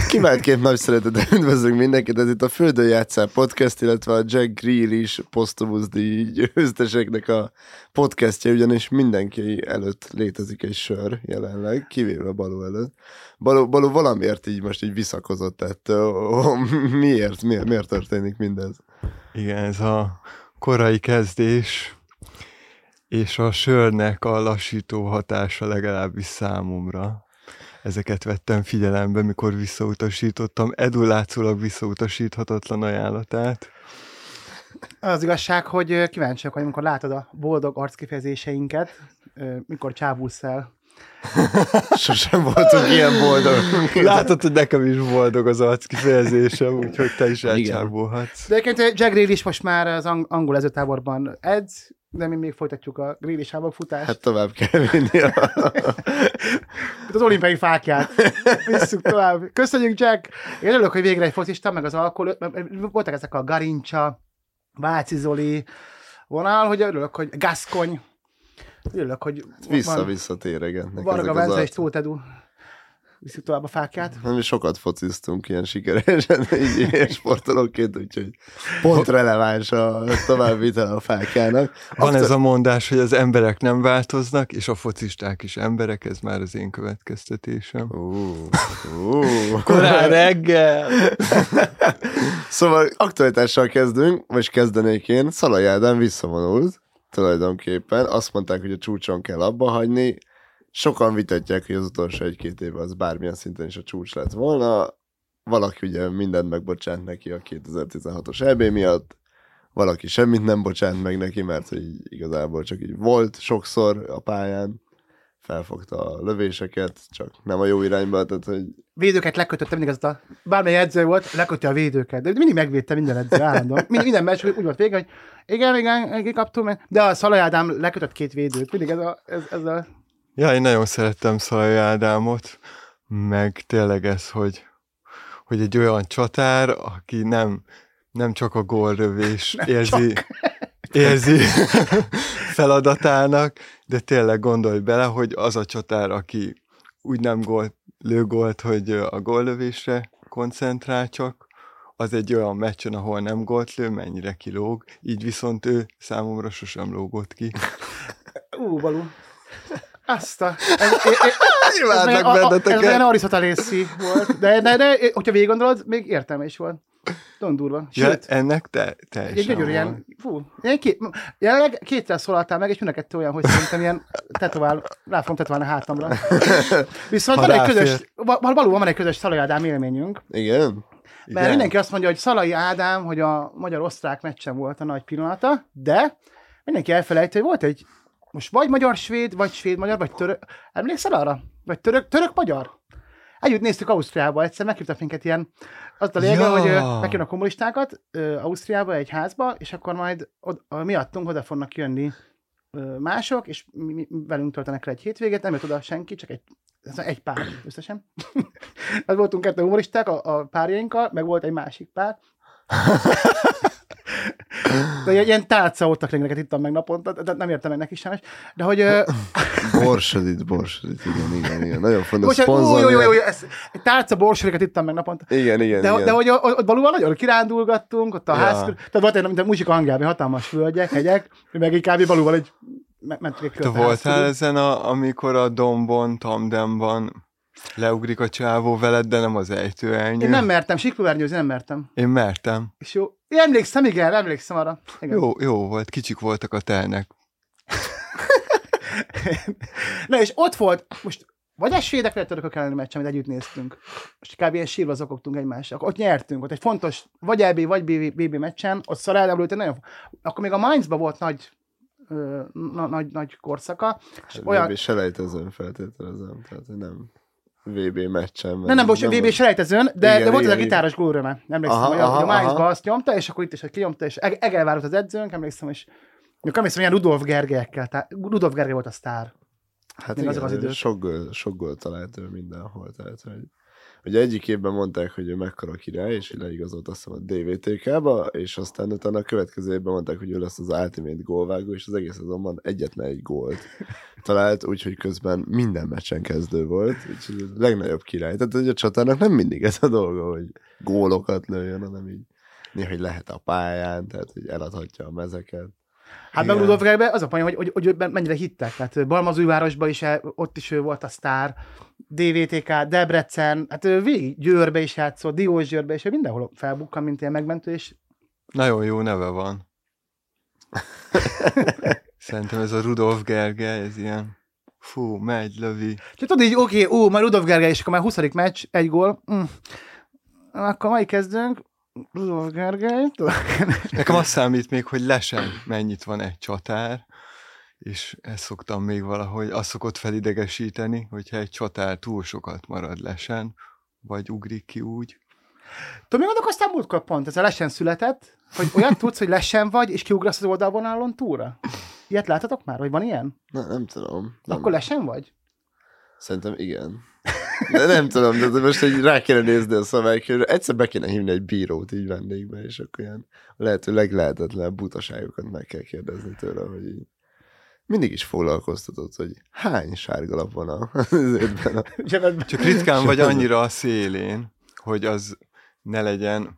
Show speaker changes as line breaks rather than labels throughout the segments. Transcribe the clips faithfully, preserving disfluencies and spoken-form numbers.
Kiváltként nagy szeretettel üdvözlünk mindenkit, ez itt a Földön játszál podcast, illetve a Jack Grealish Postumus díj győzteseknek a podcastja, ugyanis mindenki előtt létezik egy sör jelenleg, kivéve Baló előtt. Baló, Baló valamiért így most így visszakozott ettől. Miért? Miért? Miért történik mindez?
Igen, ez a korai kezdés, és a sörnek a lassító hatása legalábbis számomra. Ezeket vettem figyelembe, mikor visszautasítottam Edu látszólag visszautasíthatatlan ajánlatát.
Az igazság, hogy kíváncsiak, hogy amikor látod a boldog arckifejezéseinket, mikor csábulsz el.
Sosem voltunk ilyen boldog.
Látod, hogy nekem is boldog az arckifejezésem, úgyhogy te is elcsábulhatsz.
De egyébként Jack Grealish most már az angol edzőtáborban edz, de mi még folytatjuk a Grealish háborúfutást.
Hát tovább kell vinni a...
az olimpiai fákját. Visszük tovább. Köszönjük, Jack! Én örülök, hogy végre egy focista, meg az alkohol, voltak ezek a Garincsa, Váci Zoli vonal, hogy örülök, hogy Gascony. Örülök, hogy
vissza-vissza téregetnek.
Varga Bence és Tóth Edu. Visszük tovább a fákját.
Mi sokat fociztunk ilyen sikeresen, így ilyen sportolóként, úgyhogy pont releváns a továbbvitel a fákjának.
Van
After...
ez a mondás, hogy az emberek nem változnak, és a focisták is emberek, ez már az én következtetésem.
Uh, uh.
Korán reggel!
Szóval aktualitással kezdünk, vagy kezdenék én. Szalai Ádám visszavonult tulajdonképpen. Azt mondták, hogy a csúcson kell abba hagyni. Sokan vitatják, hogy az utolsó egy-két év az bármilyen szinten is a csúcs lett volna. Valaki ugye mindent megbocsánt neki a kétezer-tizenhatos é bé miatt, valaki semmit nem bocsánt meg neki, mert hogy igazából csak így volt sokszor a pályán, felfogta a lövéseket, csak nem a jó irányba, tehát hogy...
Védőket lekötötte, mindig az a... Bármely edző volt, lekötte a védőket, de mindig megvédte minden edző állandóan. Minden, minden meccs úgy volt vége, hogy igen, igen, igen, kaptunk, de a Szalai Ádám lekötött két védőt, mindig ez a... Ez, ez a...
Ja, én nagyon szerettem Szalai Ádámot, meg tényleg ez, hogy, hogy egy olyan csatár, aki nem, nem csak a gólrövés érzi, érzi feladatának, de tényleg gondolj bele, hogy az a csatár, aki úgy nem gól, lő gólt, hogy a góllövésre koncentrál csak, az egy olyan meccsen, ahol nem gólt lő, mennyire kilóg, így viszont ő számomra sosem lógott ki.
Ú, Balú. Azt a...
Imádlak benneteket.
Ez olyan Arisztotelészi volt, de, de, de hogyha végig gondolod, még értelme is volt. Nagyon durva.
Ja, ennek te, teljesen
egy ilyen, fú, ilyen két, jelenleg kétszer szólaltál meg, és mind a kettő olyan, hogy szerintem ilyen tetovál, rá fogom tetoválni a hátamra. Viszont van egy közös, valóban van egy közös Szalai Ádám élményünk.
Igen?
Mert
Igen.
mindenki azt mondja, hogy Szalai Ádám, hogy a magyar-osztrák meccsen volt a nagy pillanata, de mindenki elfelejti, hogy volt egy most vagy magyar-svéd, vagy svéd-magyar, vagy török. Emlékszel arra? Vagy török, török-magyar? Együtt néztük Ausztriába, egyszer meghívtak minket ilyen, az a lényege, ja. hogy meghívnak a kommunistákat uh, Ausztriába egy házba, és akkor majd od, uh, miattunk oda fognak jönni uh, mások, és mi, mi, velünk töltenek le egy hétvégét, nem jött oda senki, csak egy, egy pár összesen. Az voltunk kettő humoristák a, a párjainkkal, meg volt egy másik pár. De ilyen tálcaótakléneket ittam meg naponta, de nem értem meg neki sajnos. De hogy...
Borsodit, borsodit, igen, igen, igen. Nagyon fontos
szponzorni. Jó, jó, jó, jó, ez, egy tálca borsodikat ittam meg naponta.
Igen, igen,
de,
igen.
De hogy ott valóban nagyon kirándulgattunk, ott a ja. ház... Tehát volt egy, mint a muzsika Angliában, hatalmas völgyek, hegyek, meg egy kb. Valóban egy... mentünk egy
kört. Te voltál ezen, a, amikor a dombon, Tamdemban leugrik a csávó veled, de nem az ejtőernyő?
Én nem mertem, siklóernyőzni nem mertem.
Én mertem.
És jó. Én emlékszem, igen, emlékszem arra. Igen.
Jó, jó volt, kicsik voltak a ternek.
Na és ott volt, most vagy a svédek, vagy a törökök elleni meccs, amit együtt néztünk. Most kb. Ilyen sírva zokogtunk egymással. Ott nyertünk, ott egy fontos, vagy é bé, vagy bé bé meccsen, ott Szalai Ádám lőtt, nagyon... Akkor még a Mainzban volt nagy, ö, na, nagy, nagy korszaka.
És olyan... vé bé selejtezőn feltételezem, tehát nem... vé bé meccsen.
Nem, nem, most vé bé selejtezőn, de, igen, de volt igen, ez a gitáros gólöröme. Emlékszem, aha, hogy aha, a Mainzba azt nyomta, és akkor itt is kinyomta, és Egelvár volt az edzőnk, emlékszem, és emlékszem, ilyen Rudolf Gergelyekkel, tehát Rudolf Gergely volt a sztár.
Hát igen, az sok, gól, sok gól talált ő mindenhol, tehát hogy Ugye egyik évben mondták, hogy ő mekkora király, és hogy leigazolt azt hiszem a dé vé té ká-ba, és aztán utána a következő évben mondták, hogy ő lesz az Ultimate gólvágó, és az egész azonban egyetlen egy gólt talált, úgyhogy közben minden meccsen kezdő volt, úgyhogy a legnagyobb király. Tehát hogy a csatának nem mindig ez a dolga, hogy gólokat lőjön, hanem így néha, hogy lehet a pályán, tehát hogy eladhatja a mezeket.
Hát meg Rudolf Gergely az a poén, hogy, hogy, hogy mennyire hittek. Tehát Balmazújvárosban is, ott is ő volt a sztár, dé vé té ká, Debrecen, hát végig Győrbe is játszott, Diósgyőrbe is, mindenhol felbukkan, mint ilyen megmentő, és...
Nagyon jó neve van. Szerintem ez a Rudolf Gergely, ez ilyen fú, megy, lövi.
Csak tudod így, oké, okay, ó, már Rudolf Gergely, és akkor már huszadik meccs, egy gól. Mm. Akkor mai kezdünk. Rudolf Gergely.
Nekem azt számít még, hogy lesen mennyit van egy csatár, és ezt szoktam még valahogy, azt szokott felidegesíteni, hogyha egy csatár túl sokat marad lesen, vagy ugrik ki úgy.
Tudom, mi mondok aztán múltkor pont, ez a lesen született, hogy olyan tudsz, hogy lesen vagy, és kiugrasz az oldalvonalon túlra? Ilyet láttatok már, hogy van ilyen?
Na, nem tudom. Nem.
Akkor lesen vagy?
Szerintem igen. De nem tudom, de most egy rá kéne nézni a szabálykörre. Egyszer be kéne hívni egy bírót így vendégbe, és akkor ilyen lehető leglehetetlenebb butaságokat meg kell kérdezni tőle, hogy így mindig is foglalkoztatott, hogy hány sárgalap van az ötben. A...
Csak ritkán vagy annyira a szélén, hogy az ne legyen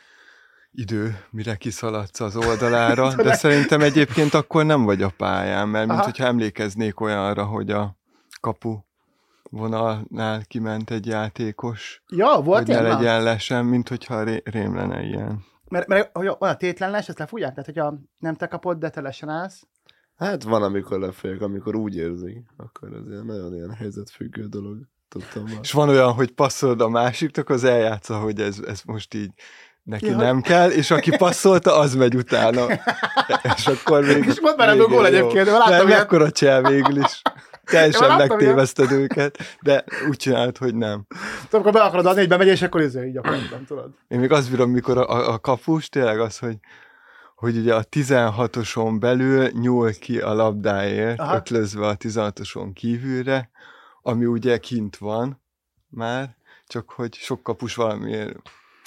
idő, mire kiszaladsz az oldalára, de szerintem egyébként akkor nem vagy a pályán, mert mint hogyha emlékeznék olyanra, hogy a kapu vonalnál kiment egy játékos,
ja, volt
hogy ne legyen lesen, mint hogyha ré, rém lenne ilyen.
Mert, mert hogy olyan tétlen les, ezt lefújják? Tehát, hogyha nem te kapod, de te lesen állsz?
Hát van, amikor lefolyják, amikor úgy érzik, akkor ez ilyen nagyon ilyen helyzetfüggő dolog. Tudtam
És van olyan, hogy passzolod a másiknak, az eljátsza, hogy ez, ez most így neki ja, nem hogy... kell, és aki passzolta, az megy utána. És akkor még...
És mondd már ebből gól egyébként,
mert láttam, nem, mekkora csel végül is. Teljesen megtéveszted őket, de úgy csinált, hogy nem.
Tudom, amikor be akarod adni, egyben megy, és akkor izé, így akartam, tudod.
Én még azt bírom, mikor a, a, a kapus, tényleg az, hogy, hogy ugye a tizenhatoson belül nyúl ki a labdáért, aha, ötlözve a tizenhatoson kívülre, ami ugye kint van már, csak hogy sok kapus valamiért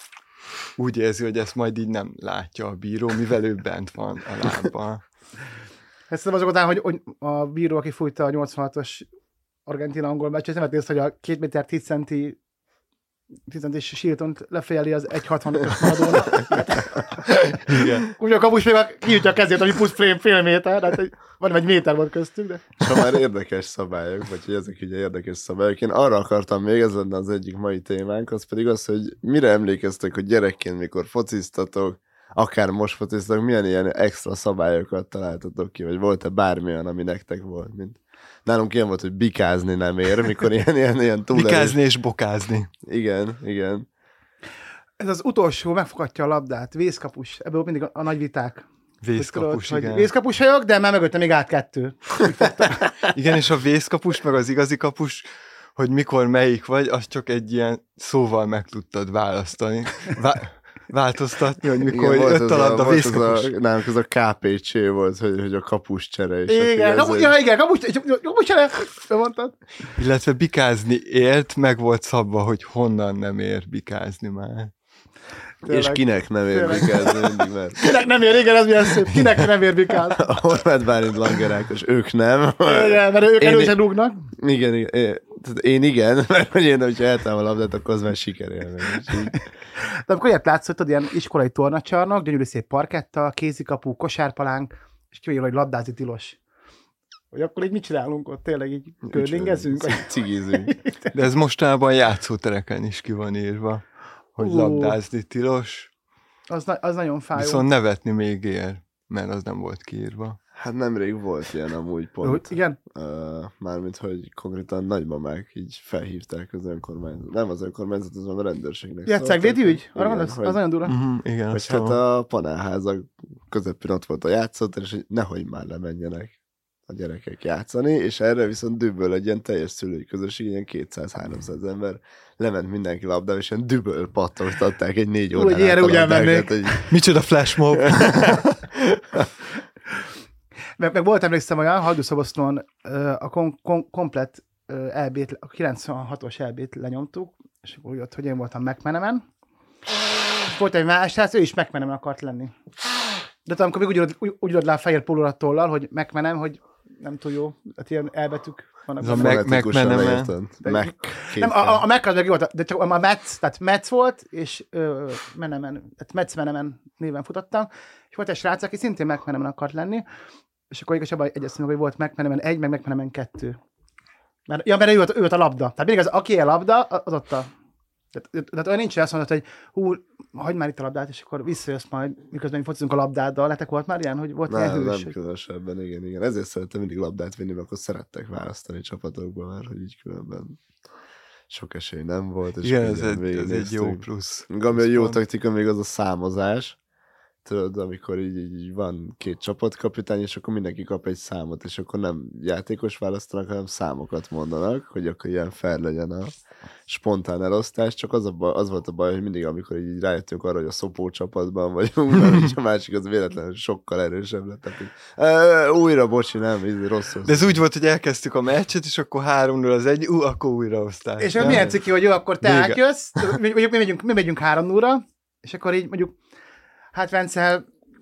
úgy érzi, hogy ezt majd így nem látja a bíró, mivel ő bent van a lábbal.
Ezt nem azok után, hogy, hogy a bíró, aki fújta a nyolcvanhatos Argentina-angol meccset, nem nézd, hogy a két méter tíz centi tíz centis Shiltont lefejeli az egy hatvanötös Maradona.
Igen.
Úgy a kapus még kiütja a kezét, ami plusz fél, fél méter, tehát egy, van egy méter volt köztük, de...
Ha már érdekes szabályok, vagy hogy ezek ugye érdekes szabályok, én arra akartam még, ez lenne az egyik mai témánk, az pedig az, hogy mire emlékeztek, hogy gyerekként, mikor fociztatok, akár most fociztatok, milyen ilyen extra szabályokat találtatok ki, vagy volt-e bármilyen, ami nektek volt, mint... Nálunk ilyen volt, hogy bikázni nem ér, mikor ilyen, ilyen, ilyen túlerős...
Bikázni és bokázni.
Igen, igen.
Ez az utolsó megfogadja a labdát, vészkapus, ebből mindig a, a nagy viták.
Vészkapus,
tudod,
igen.
Vészkapus vagyok, de már mögöttem még át kettő.
Igen, és a vészkapus, meg az igazi kapus, hogy mikor melyik vagy, azt csak egy ilyen szóval meg tudtad választani. Vá- változtatni, hogy mikor igen, jött a labda a vészkapus.
A, nálunk az a ká pé cé volt, hogy, hogy a kapus csere.
Igen, kapu, ja, igen, kapus, kapus csere, mondtad.
Illetve bikázni élt, meg volt szabva, hogy honnan nem ér bikázni már.
Tényleg. És kinek nem ér bikázni mindig, mert...
Kinek nem ér, igen, ez milyen szép. Kinek nem ér bikázni.
A Horváth Bálint Langerákos, ők nem.
Igen, mert ők erősen rúgnak.
Igen, igen. Én, én igen, mert hogy én, hogyha eltállom a labdát, akkor az már sikerélmény.
De amikor ilyet látsz, hogy ilyen iskolai tornacsarnok, gyönyörű szép parketta, kézikapu, kosárpalánk, és kivéjel, hogy labdázni tilos. Hogy akkor így mit csinálunk ott? Tényleg így kördingezünk?
Cigizünk.
De ez mostanában játszótereken is ki van írva, hogy uh, labdázni tilos.
Az, na- az nagyon fájó.
Viszont nevetni még ér, mert az nem volt kiírva.
Hát nemrég volt ilyen amúgy pont. Hogy,
igen?
Uh, mármint, hogy konkrétan nagymamák így felhívták az önkormányzat. Nem az önkormányzat, az a rendőrségnek.
Játszegvédi ügy? Arra van, az,
hogy,
az nagyon durva.
Uh-huh, igen,
hogy hát a panelházak közepén ott volt a játszótér, és hogy nehogy már lemenjenek a gyerekek játszani, és erre viszont dübből egy ilyen teljes szülői közösség, ilyen kétszáz-háromszáz ember lement mindenki labdába, és ilyen dübből pattogtatták egy négy órán át a labdákat. Egy...
Micsoda flashmob!
meg, meg volt, emlékszem olyan, Hajdúszoboszlón a kom- kom- komplet é bét, a kilencvenhatos é bét lenyomtuk, és akkor úgy jött, hogy én voltam McManaman. És volt egy más srác, ő is McManaman akart lenni. De tudom, amikor még úgy írod, úgy, úgy írod le a fehér pólóra tollal, hogy McManaman, hogy nem túl jó, hát ilyen elbetűk vannak.
Ez a McManaman.
Nem, a, a Mac az meg jó volt, de csak a Metz, tehát Metz volt, és ö, Menemen, tehát Metz Menemen néven futottam, és volt egy srác, aki szintén McManaman akart lenni, és akkor igazabban egyeztünk, hogy volt McManaman egy, meg McManaman kettő. Mert, ja, mert ő volt, ő volt a labda. Tehát mindig az, aki a labda, az ott a... Tehát, tehát olyan nincs, hogy azt mondod, hogy hú, hagyd már itt a labdát, és akkor visszajössz majd, miközben mi focizunk a labdáddal. Letek volt már ilyen, hogy volt
nem,
ilyen hős?
Nem,
hogy...
különösebben, igen, igen. Ezért szerettem mindig labdát vinni, mert akkor szerettek választani csapatokban, mert hogy így különben sok esély nem volt. És
igen, ez egy, ez egy jó plusz.
Ami a jó taktika még az a számozás. Tudod, amikor így, így van két csapatkapitány, és akkor mindenki kap egy számot, és akkor nem játékos választanak, hanem számokat mondanak, hogy akkor ilyen fair legyen a spontán elosztás, csak az, a baj, az volt a baj, hogy mindig, amikor így rájöttünk arra, hogy a szopó csapatban vagyunk, mert a másik az véletlenül sokkal erősebb lett. Tehát, e, újra, bocsi, nem, ez rossz.
De ez úgy volt, hogy elkezdtük a meccset, és akkor három null az egy, ú, akkor újraosztás.
És milyen ciki, hogy jó, akkor te átjössz, mi, mi, mi, megyünk, mi megyünk három nullra, és akkor így mondjuk hát Vencel,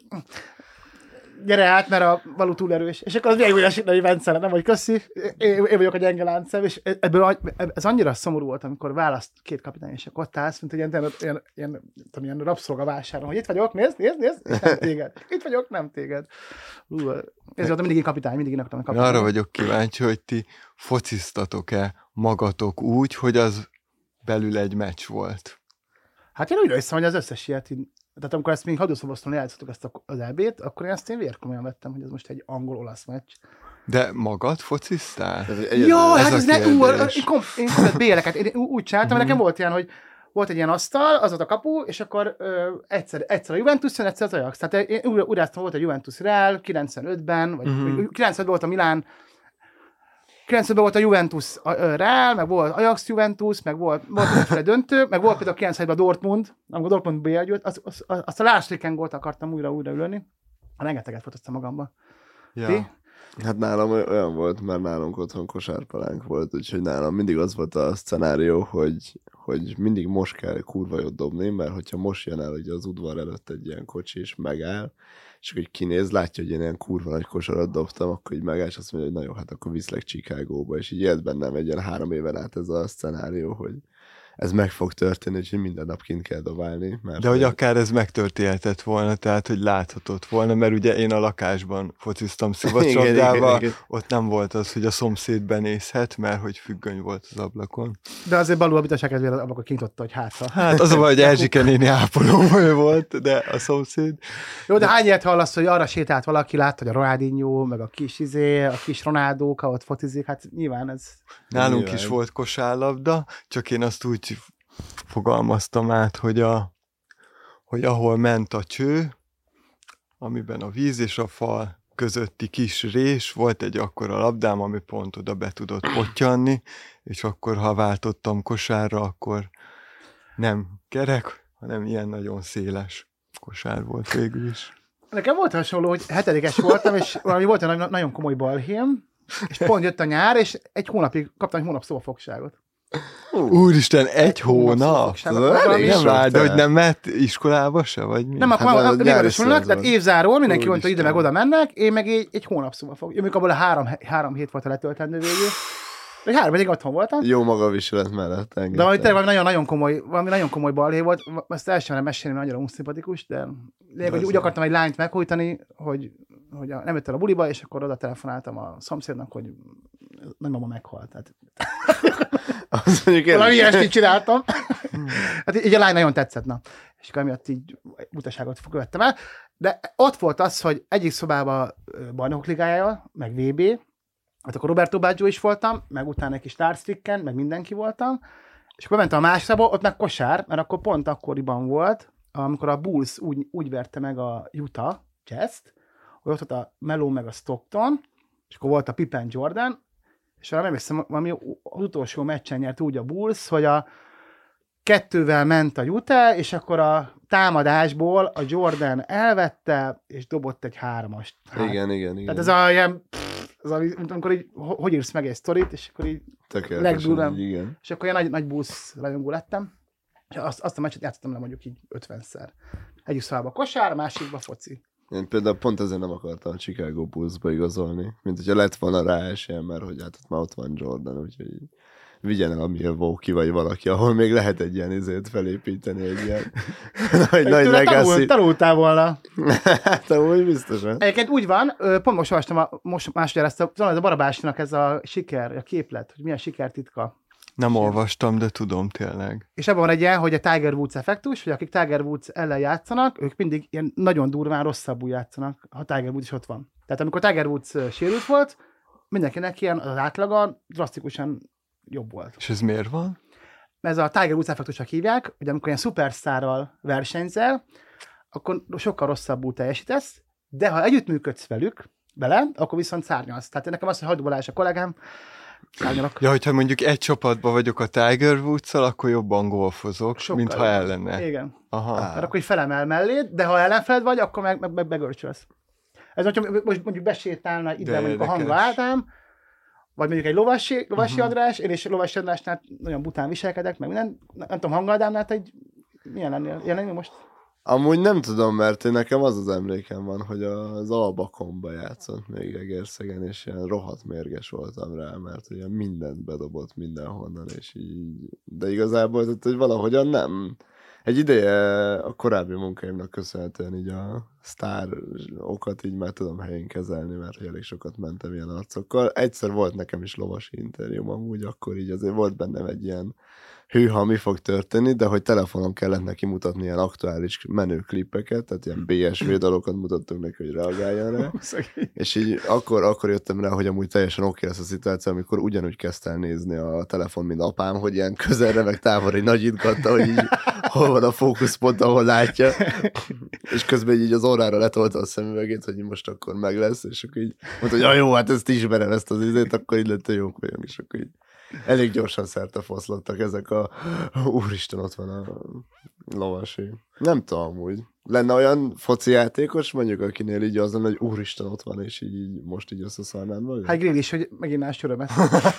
gyere át, mert a való túl erős. És akkor az még olyan hogy Vencel, nem vagy köszi, én, én vagyok a gyenge láncem, és ebből ez annyira szomorú volt, amikor választ két kapitány, és akkor ott állsz, mint egy ilyen, ilyen, ilyen, tudom, ilyen rabszolgavásáron, hogy itt vagyok, nézd, nézd, nézd, és nem téged. Itt vagyok, nem téged. Ú, ez volt mindig kapitány, mindig én akartam a kapitány.
Arra vagyok kíváncsi, hogy ti fociztatok-e magatok úgy, hogy az belül egy meccs volt.
Hát én úgy hiszem, hogy az összes ilyet így, tehát amikor ezt még hadószoboszton játszottuk ezt az é bét, akkor én ezt én vérkomolyan vettem, hogy ez most egy angol-olasz meccs.
De magad fociztál?
Jó, hát ez ne, ú, én, kom, én komplet béleket, én úgy csináltam, mm-hmm. nekem volt ilyen, hogy volt egy ilyen asztal, az volt a kapu, és akkor ö, egyszer, egyszer a Juventus jön, egyszer az Ajax. Tehát én úgy uráztam, volt a Juventus Real kilencvenötben, vagy mm-hmm. kilencvenötben volt a Milán, kilencvenötben volt a Juventus Real, meg volt Ajax Juventus, meg volt, volt egy döntő, meg volt például kilencvenötben a Dortmund, amikor a Dortmund bé egy, azt, azt, azt a Lars Ricken-gólt akartam újra-újra ülni. Rengeteget fotoztam magamba.
Ja.
Ti?
Hát nálam olyan volt, mert nálunk otthon kosárpalánk volt, úgyhogy nálam mindig az volt a szcenárió, hogy, hogy mindig most kell kurva jót dobni, mert hogyha most jön el hogy az udvar előtt egy ilyen kocsi és megáll, és akkor kinéz, látja, hogy én ilyen kurva nagy kosarat dobtam, akkor így megáll, és azt mondja, hogy na jó, hát akkor viszlek Chicagóba, és így élt bennem egy ilyen három éven át ez a szcenárió, hogy ez meg fog történni, úgyhogy minden nap kint kell dobálni. Mert
de hogy akár ez megtörténhetett volna, tehát hogy láthatott volna, mert ugye én a lakásban fociztam szivacsapdával, ott nem volt az, hogy a szomszéd benézhet, mert hogy függöny volt az ablakon.
De azért Balú a bitaság kedvére az ablakon kinyitott, hogy hátra.
Hát az a baj, hogy Erzsike néni ápolóval volt, de a szomszéd.
Jó, de hány ilyet hallasz, hogy arra sétált valaki, látta, hogy a Ronaldinho, meg a kis izé, a kis Ronaldóka ott focizik, hát nyilván ez...
Nálunk
nyilván.
is volt kosárlabda, csak én azt úgy fogalmaztam át, hogy, a, hogy ahol ment a cső, amiben a víz és a fal közötti kis rés, volt egy akkora labdám, ami pont oda be tudott pottyanni, és akkor, ha váltottam kosárra, akkor nem kerek, hanem ilyen nagyon széles kosár volt végül is.
Nekem volt hasonló, hogy hetedikes voltam, és valami volt egy nagyon komoly balhém, és pont jött a nyár, és egy hónapig kaptam egy hónap szobafogságot.
Uh, Úristen, egy hónap? Nem vár, de hogy nem mehet iskolába se, vagy mi?
Nem, akkor hát már végül tehát évzáról mindenki mondta, hogy ide meg oda mennek, én meg egy, egy hónap szóval fog. Én abból a három, három hét volt a letöltendő végül. Vagy három pedig otthon voltam.
Jó maga viselet mellett engedtem.
De valami tényleg nagyon, nagyon komoly, valami nagyon komoly balhé volt. Ezt el sem merem mesélni, mert annyira unszimpatikus, de lényeg, hogy úgy akartam egy lányt meghújtani, hogy, hogy a, nem jött el a buliba, és akkor oda telefonáltam a szomszédnak, hogy nagymama meghalt. Tehát... Valami ilyesmit csináltam. Hát így a lány nagyon tetszett, na. És akkor emiatt így utaságot követtem el. De ott volt az, hogy egyik szobában Bajnokok Ligája, meg vé bé, hát akkor Roberto Baggio is voltam, meg utána egy kis Starstricken, meg mindenki voltam, és akkor bementem a másikba, ott meg kosár, mert akkor pont akkoriban volt, amikor a Bulls úgy, úgy verte meg a Utah Jazz-t, hogy ott volt a Melo meg a Stockton, és akkor volt a Pippen Jordan, és arra emlékszem, valami az utolsó meccsen nyert úgy a Bulls, hogy a kettővel ment a Utah, és akkor a támadásból a Jordan elvette, és dobott egy hármast.
Igen, igen, igen.
Tehát ez a ilyen, pff, az, amikor így, hogy írsz meg egy sztorit, és akkor így legdurvább.
Igen.
És akkor ilyen nagy, nagy busz rajongó lettem, és azt, azt a meccset játszottam le mondjuk így ötvenszer. Egyik szalba kosár, másikba foci.
Én például pont ezért nem akartam a Chicago Bulls-ba igazolni, mint hogyha lett volna rá esélye, mert hogy hát ott már ott van Jordan, úgyhogy vigyen el a Milwaukee vagy valaki, ahol még lehet egy ilyen izét felépíteni, egy ilyen nagy, nagy legacy.
Tanultál volna.
Hát amúgy biztosan.
Egyébként úgy van, pont most olvastam, a, most másodjára ezt a, a Barabásnak ez a siker, a képlet, hogy milyen sikertitka.
Nem Sem. olvastam, de tudom tényleg.
És ebben van egy ilyen, hogy a Tiger Woods effektus, hogy akik Tiger Woods ellen játszanak, ők mindig ilyen nagyon durván rosszabbul játszanak, ha Tiger Woods is ott van. Tehát amikor Tiger Woods sérült volt, mindenkinek ilyen az átlaga drasztikusan jobb volt.
És ez miért van?
Ez a Tiger Woods effektusnak hívják, hogy amikor ilyen szupersztárral versenyzel, akkor sokkal rosszabbul teljesítesz, de ha együttműködsz velük, vele, akkor viszont szárnyalsz. Tehát nekem azt, hogy Hajdú Balázs a kollégám, szárnyalok.
Ja, hogyha mondjuk egy csapatban vagyok a Tiger Woods-szal, akkor jobban golfozok, sokkal mint ha ellene.
Igen.
Aha.
Mert akkor így felemel melléd, de ha ellenfeled vagy, akkor meg, meg, meg begörcsölsz. Ez hogyha most mondjuk besétálna ide mondjuk a Hanga Ádám, vagy mondjuk egy lovasi, lovasi uh-huh. András, én is lovasi Andrásnál nagyon bután viselkedek, meg minden, nem tudom, Hanga Ádámnál egy milyen lennél? Ilyen lennél most?
Amúgy nem tudom, mert én nekem az az emlékem van, hogy az Albakomba játszott még Egerszegen, és ilyen rohadt mérges voltam rá, mert ugye mindent bedobott mindenhonnan, és így, de igazából, tehát, hogy valahogyan nem. Egy ideje a korábbi munkáimnak köszönhetően így a sztár okat így már tudom helyén kezelni, mert elég sokat mentem ilyen arcokkal. Egyszer volt nekem is lovasi interjúm amúgy, akkor így azért volt bennem egy ilyen hűha, mi fog történni, de hogy telefonon kellett neki mutatni ilyen aktuális menő klippeket, tehát ilyen bé es vé dalokat mutattunk neki, hogy reagáljon rá. És így akkor, akkor jöttem rá, hogy amúgy teljesen oké lesz a szituáció, amikor ugyanúgy kezdte el nézni a telefon, mint apám, hogy ilyen közelre meg távolra így nagyítgatta, hogy így hol van a fókuszpont, ahol látja. És közben így az orrára letolta a szemüvegét, hogy most akkor meg lesz, és akkor így mondta, hogy ja, jó, hát ezt ismerem, ezt az izét, akkor így lett, hogy jók vagyunk, és akkor így elég gyorsan szerte foszlottak ezek a úristen, ott van a lovasi. Nem tudom úgy. Lenne olyan foci játékos, mondjuk, akinél így az lenne, hogy úristen, ott van, és így, így most így összeszarnád magad?
Hát Grill is, hogy megint más csörömet.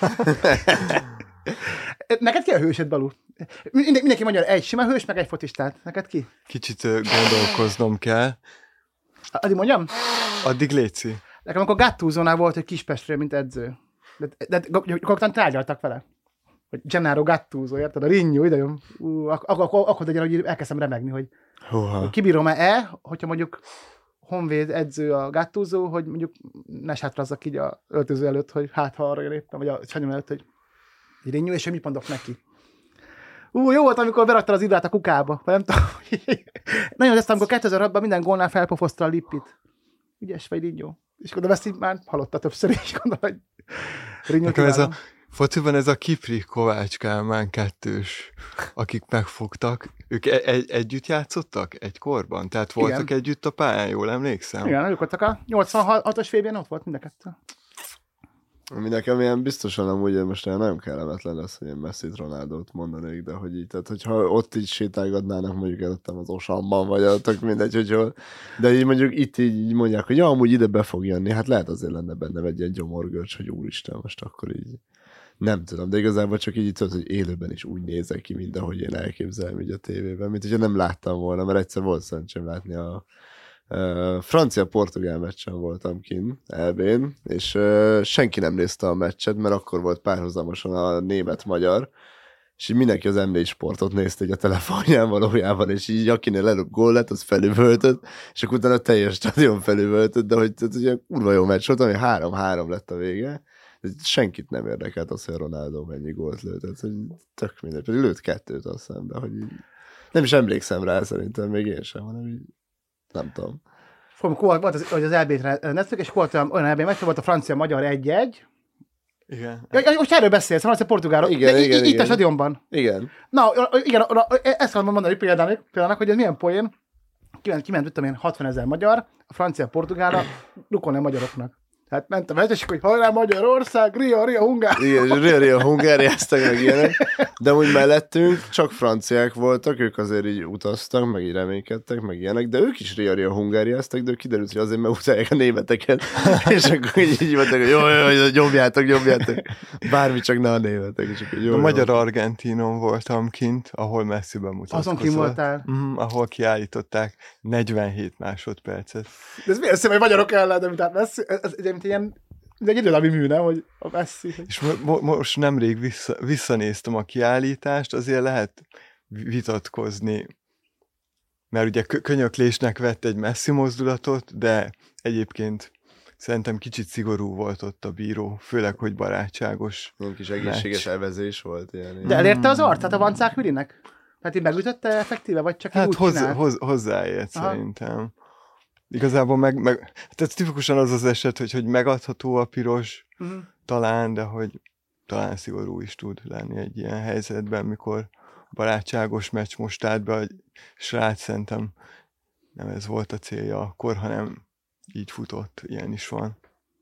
Neked ki a hősed, Balú? Mindenki, mindenki mondja, egy sima hős, meg egy focistát. Neked ki?
Kicsit gondolkoznom kell.
Addig mondjam?
Addig létszi.
Nekem akkor Gattuso-nál volt, hogy Kispestről, mint edző. De, de, de gyakorlatilag tárgyaltak vele. Hogy Gennaro Gattuso, érted? A Rinnyó, ide jön. Akkor, akkor, akkor legyen, hogy elkezdem remegni, hogy, hogy kibírom-e, hogyha mondjuk Honvéd edző a Gattuso, hogy mondjuk ne sátrazzak így a öltöző előtt, hogy hát ha arra jön éppen, vagy a Sanyom előtt, hogy Rinnyó, és hogy mit mondok neki. Ú, jó volt, amikor beraktad az időt a kukába, vagy nem tudom. Nagyon ezt, amikor kétezer-hatban minden gólnál felpofozta a Lippit. Ügyes vagy, Rinnyó. És akkor ezt így már hallotta többször, és gondolom, hogy Rinnyó
ez a fociban ez a Kipri Kovács Kálmán kettős, akik megfogtak, ők e- egy- együtt játszottak egy korban? Tehát voltak igen. együtt a pályán, jól emlékszem?
Igen, ők voltak a nyolcvanhatos fébén, ott volt mind a kettő.
Ami nekem ilyen biztosan amúgy most nagyon kellemetlen lesz, hogy én Messit, Ronaldót mondanék, de hogy így, tehát hogyha ott így sétálgatnának mondjuk előttem az Osamban, vagy a tök mindegy, hogy hol, de így mondjuk itt így mondják, hogy ja, amúgy ide be fog jönni, hát lehet azért lenne benne egy ilyen gyomorgörcs, hogy úristen, most akkor így nem tudom, de igazából csak így tudod, hogy élőben is úgy nézek ki, mint ahogy én elképzelem így a tévében, mint hogyha nem láttam volna, mert egyszer volt szerencsém látni a Uh, francia-portugál meccsen voltam kint é bén, és uh, senki nem nézte a meccset, mert akkor volt párhuzamosan a német-magyar, és így mindenki az em négy sportot nézte így a telefonján valójában, és így akinél előbb gól lett, az felüvöltött, és akkor utána a teljes stadion felüvöltött, de hogy ez egy kurva jó meccs volt, ami három-három lett a vége, senkit nem érdekelt az, hogy a Ronaldo mennyi gólt lőtt, tehát hogy tök mindegy, pedig lőtt kettőt azt hiszem, de hogy így nem is emlékszem rá szerintem, még én sem, hanem így nem tudom.
Volt az, hogy az é bét rendeztük, és volt olyan é bé meccs, volt a francia-magyar egy-egy.
Igen.
Ja, most erről beszélsz, a francia-portugálról.
Igen,
de
igen,
itt
igen.
a stadionban.
Igen.
Na, igen, ezt kell mondani példának, példának, hogy ez milyen poén. Kiment, kiment tudom én, hatvanezer magyar, a francia-portugálra rukolni a magyaroknak. Tehát ment a meccs, és akkor, hogy hajrá Magyarország, Ria, Ria, Hungária.
Igen, és Ria, Ria, Hungáriáztak meg ilyenek. De úgy mellettünk csak franciák voltak, ők azért így utaztak, meg így reménykedtek, meg ilyenek, de ők is Ria, Ria, Hungáriáztak, de ők kiderült, hogy azért megutálják a németeket. És akkor így, így mondták, hogy jó, jó, jó, nyomjátok, nyomjátok. Bármi, csak ne a németek. És akkor jó,
a
jó.
Magyar-Argentinon voltam kint, ahol messziben mutatkozott.
Azon kint voltál?
Mm, ahol kiállították negyvenhét másodpercet.
De ez milyen szép, hogy magyarok ellen, de mint Messi, ez, ez, ez mint ilyen, ez egy időlami mű, nem, hogy a Messi.
És mo- mo- most nemrég vissza, visszanéztem a kiállítást, azért lehet vitatkozni, mert ugye kö- könyöklésnek vett egy Messi mozdulatot, de egyébként szerintem kicsit szigorú volt ott a bíró, főleg, hogy barátságos.
Ilyen kis egészséges
meccs.
evezés volt. Ilyen,
De elérte az arcát a Vancák Vilinek? Tehát így megütötte effektíve, vagy csak így
Hát
úgy
hozzá,
csinált?
hoz, hozzáért
Aha.
szerintem. Igazából meg, meg tehát tipikusan az az eset, hogy, hogy megadható a piros,
Uh-huh.
talán, de hogy talán szigorú is tud lenni egy ilyen helyzetben, mikor barátságos meccs most állt be, a srác szerintem nem ez volt a célja akkor, hanem így futott, ilyen is van.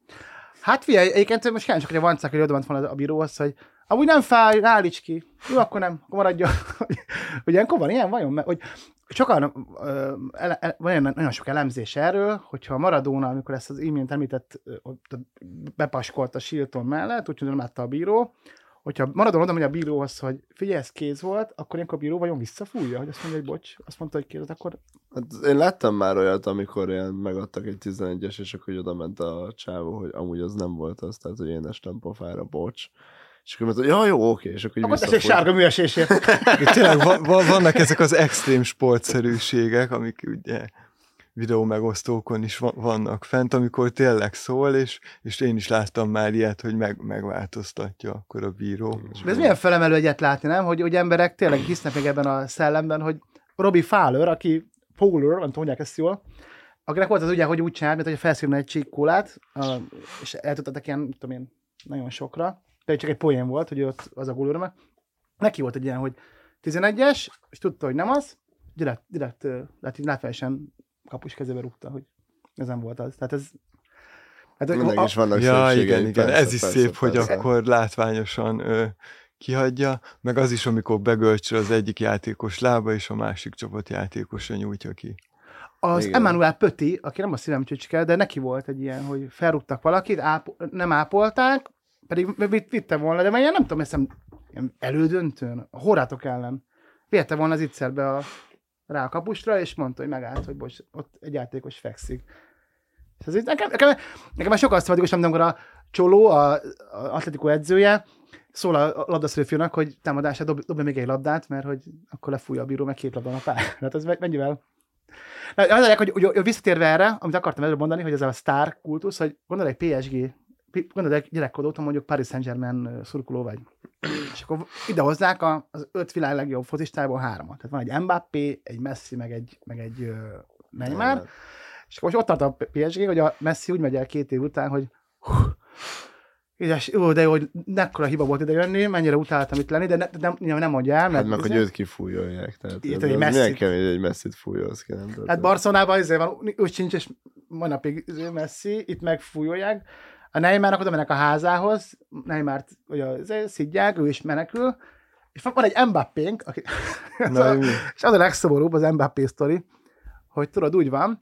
Hát figyelj, egyébként most kell csak, hogy a Vancák Vili oda van a bíróhoz, hogy amúgy nem fáj, állíts ki. Jó, akkor nem, akkor maradjon. Hogy ilyenkor van ilyen vajon? Mert, hogy sokan, ö, ele, ele, van olyan, nagyon sok elemzés erről, hogyha a Maradona, amikor ezt az imént említett, ott bepaskolt a Shilton mellett, úgyhogy nem látta a bíró, hogyha Maradona oda megy a bíróhoz, hogy figyelj, ez kéz volt, akkor ilyenkor a bíró vajon visszafújja, hogy azt mondja, hogy bocs, azt mondta, hogy kéz, akkor...
Hát én láttam már olyat, amikor ilyen megadtak egy tizenegyes, és akkor oda ment a csávó, hogy amúgy az nem volt az, tehát hogy én estem pofára, bocs. És akkor mondta, ja, jó, oké, és akkor így
Akkor tessék
visszafújt.
sárga műesésért.
De tényleg va- va- vannak ezek az extrém sportszerűségek, amik ugye videó megosztókon is va- vannak fent, amikor tényleg szól, és, és én is láttam már ilyet, hogy meg, megváltoztatja akkor a bíró.
De ez milyen felemelő egyet látni, nem? Hogy, hogy emberek tényleg hisznek még ebben a szellemben, hogy Robbie Fowler, aki Fowler, nem tudják ezt jól, akinek volt az ugye, hogy úgy csinált, mint hogy felszívna egy csík kólát, uh, és eltudtatok ilyen, tudom én, nagyon sokra. De csak egy poén volt, hogy ott az a gólöröme. Neki volt egy ilyen, hogy tizenegyes, és tudta, hogy nem az, direkt, direkt uh, lát, látványosan kapus kezébe rúgta, hogy ez nem volt az. Tehát ez... Hát,
Mindig
a,
is vannak
Ja,
szépségei,
igen, igen,
persze,
ez is
persze,
szép, hogy
persze.
akkor látványosan ö, kihagyja, meg az is, amikor begölcsöl az egyik játékos lába, és a másik csapat játékosa nyújtja ki.
Az
Igen.
Emmanuel Pötti, aki nem a szívem csücske, de neki volt egy ilyen, hogy felrúgtak valakit, áp- nem ápolták, pedig vitt, vitte volna, de ilyen nem tudom, hiszem, ilyen elődöntőn, a Horvátok ellen. Vitte volna az ittszerbe a, rá a kapusra, és mondta, hogy megállt, hogy bocs, ott egy játékos fekszik. És ez így, nekem, nekem, nekem már sokkal szimpatikus, amikor a Csoló, a, a Atletico edzője, szól a labdaszülőfiúnak, hogy támadásra dob, dobja még egy labdát, mert hogy akkor lefújja a bíró, meg két labdán a pár. Hát ez mennyivel? Na, az mondják, hogy, hogy, hogy visszatérve erre, amit akartam előbb mondani, hogy ez a sztár kultusz, hogy gondolj egy pé es gé, gondolj egy gyerekkodóta, mondjuk Paris Saint-Germain szurkoló vagy. És akkor idehozzák a, az öt világ legjobb focistából háromat. Tehát van egy Mbappé, egy Messi, meg egy, meg egy uh, Neymar. És akkor most ott tart a pé es gé, hogy a Messi úgy megy el két év után, hogy hú, édes, jó, de jó, hogy nekkora hiba volt ide jönni, mennyire utáltam itt lenni, de ne, nem, nem, nem mondja el.
Hát meg, hogy őt kifújolják. Tehát
Itt
ez
egy
az
Messit.
milyen kemény, hogy egy Messit fújolsz ki, nem? Tehát
Hát Barcelonában azért van, úgy sincs, és mai napig izé Messi, itt megfújolják. A Neymarnak oda mennek a házához, Neymart ugye szidják, ő is menekül, és van egy Mbappénk, aki...
Na, mi?
és az a legszomorúbb az Mbappé sztori, hogy tudod, úgy van,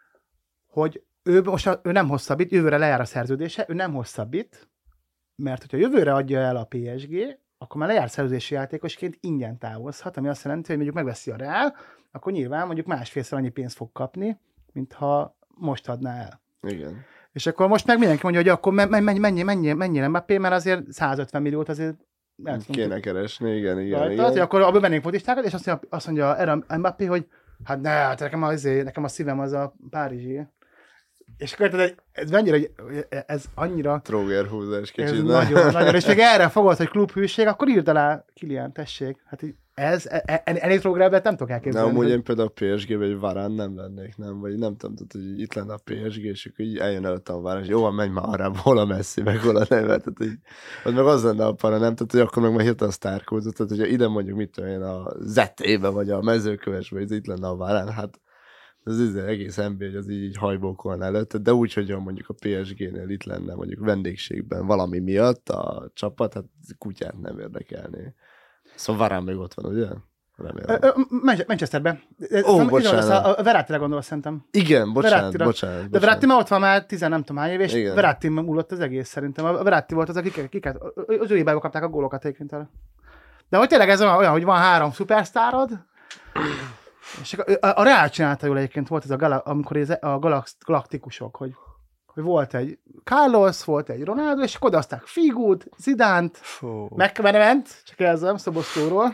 hogy ő most ő nem hosszabbít, jövőre lejár a szerződése, ő nem hosszabbít, mert hogyha jövőre adja el a pé es gé, akkor már lejár szerződési játékosként ingyen távozhat, ami azt jelenti, hogy mondjuk megveszi a Real, akkor nyilván mondjuk másfélszer annyi pénzt fog kapni, mint ha most adná el.
igen.
És akkor most meg mindenki mondja, hogy akkor mennyi, mennyi, mennyi, mennyi, mennyi Mbappé, mert azért százötven milliót azért el tudunk
Kéne keresni, igen, igen,
rajta,
igen.
hogy akkor abban vennénk fotistákat, és azt mondja, azt mondja erre a Mbappé, hogy hát ne, hát nekem, az, nekem a szívem az a párizsi. És akkor tudod, ez mennyire, hogy ez annyira...
Tróger húzás
Ez
kicsit,
nagyon, nagyon, és még erre fogod, hogy klubhűség, akkor írd alá, Kilian, tessék. Hát így ez, ennél trógerebbet nem tudok
De
elképzelni.
amúgy
hogy-
én például a pé es gé-be egy Varán nem lennék, nem? Vagy nem tudom, tehát, hogy itt lenne a pé es gé, és akkor így eljön előtte a Varán, és jó, van, menj már arra, hol a Messi, meg hol a Neymar, tehát így, az meg az lenne a para, nem? Tehát, hogy akkor meg már hirtelen a sztárkózat, tehát, hogyha ide mondjuk, mit tudom én, a zetébe, vagy a mezőkövesbe, hogy itt lenne a Varán, hát az, az egész en bé, hogy az így, így hajbókolna előtte, de úgy, hogy mondjuk a pé es gé-nél itt lenne mondjuk vendégségben valami miatt a csapat, hát kutyát nem érdekelné. Szóval Varane még ott van, ugye?
Remélem. Manchesterben.
Ó, bocsánat.
A Verratti-re gondolsz szerintem.
Igen, bocsánat,
Verratti-ra.
bocsánat.
De Verratti már ott van már tizen nem tudom hány év, és
Igen.
Verratti múlott az egész szerintem. A Verratti volt az, akiket, kiket, az ő hibából kapták a gólokat egyébként el. De hogy tényleg ez olyan, hogy van három szupersztárod, és a, a, a Real csinálta jól egyébként, volt ez a, gala, amikor ez a galax, galaktikusok, hogy, hogy volt egy Carlos, volt egy Ronaldo, és akkor odazták Figút, Zidánt, megment, csak jelzem, Szoboszlóról,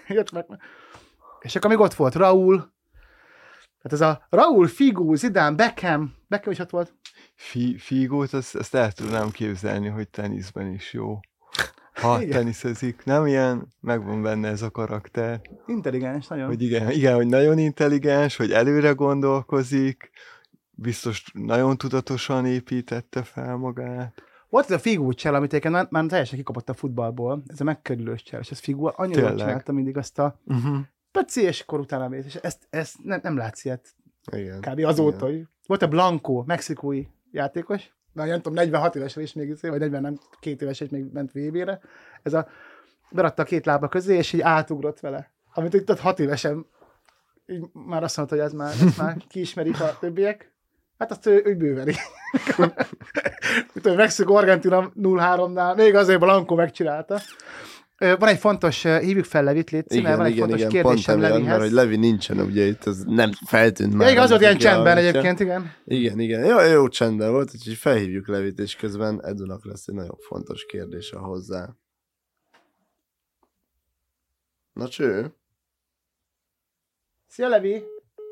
és akkor még ott volt Raúl, tehát ez a Raúl, Figu, Zidane, Beckham, Beckham is ott volt.
Fi- Figót, azt, azt el tudnám képzelni, hogy teniszben is jó. Ha igen. teniszezik, nem ilyen, megvan benne ez a karakter.
Intelligens, nagyon.
Hogy igen, igen, hogy nagyon intelligens, hogy előre gondolkozik, biztos nagyon tudatosan építette fel magát.
Volt ez a Figu csel, amit egyébként már, már teljesen kikapott a futballból, ez a megkörülős csel, és ez Figu annyira jól csinálta mindig azt a uh-huh. peci, és akkor utána mész, és ezt, ezt nem, nem látsz ilyet igen. kb. Azóta. Hogy volt a Blanco, mexikói játékos, na, nem tudom, negyvenhat évesen is még, vagy negyven, nem, két évesen is még ment vé bé-re. Ez a, beradta a két lába közé, és így átugrott vele. Amit itt ott hat évesen, így már azt mondta, hogy ez már, ezt már kiismerik a többiek. Hát azt ő, ő bőveli. Mexikó, Argentina nulla háromnál, még azért Blanco megcsinálta. Van egy fontos, hívjuk fel Levit, légy színe, van egy
igen,
fontos
igen,
kérdésem
Levihez.
Mert
hogy Levi nincsen, ugye itt az nem feltűnt már.
Ja, igen, az volt ilyen csendben egyébként, igen.
Igen, igen, jó, jó csendben volt, úgyhogy felhívjuk Levit, és közben Edunak lesz egy nagyon fontos kérdése hozzá. Na cső?
Szia, Levi!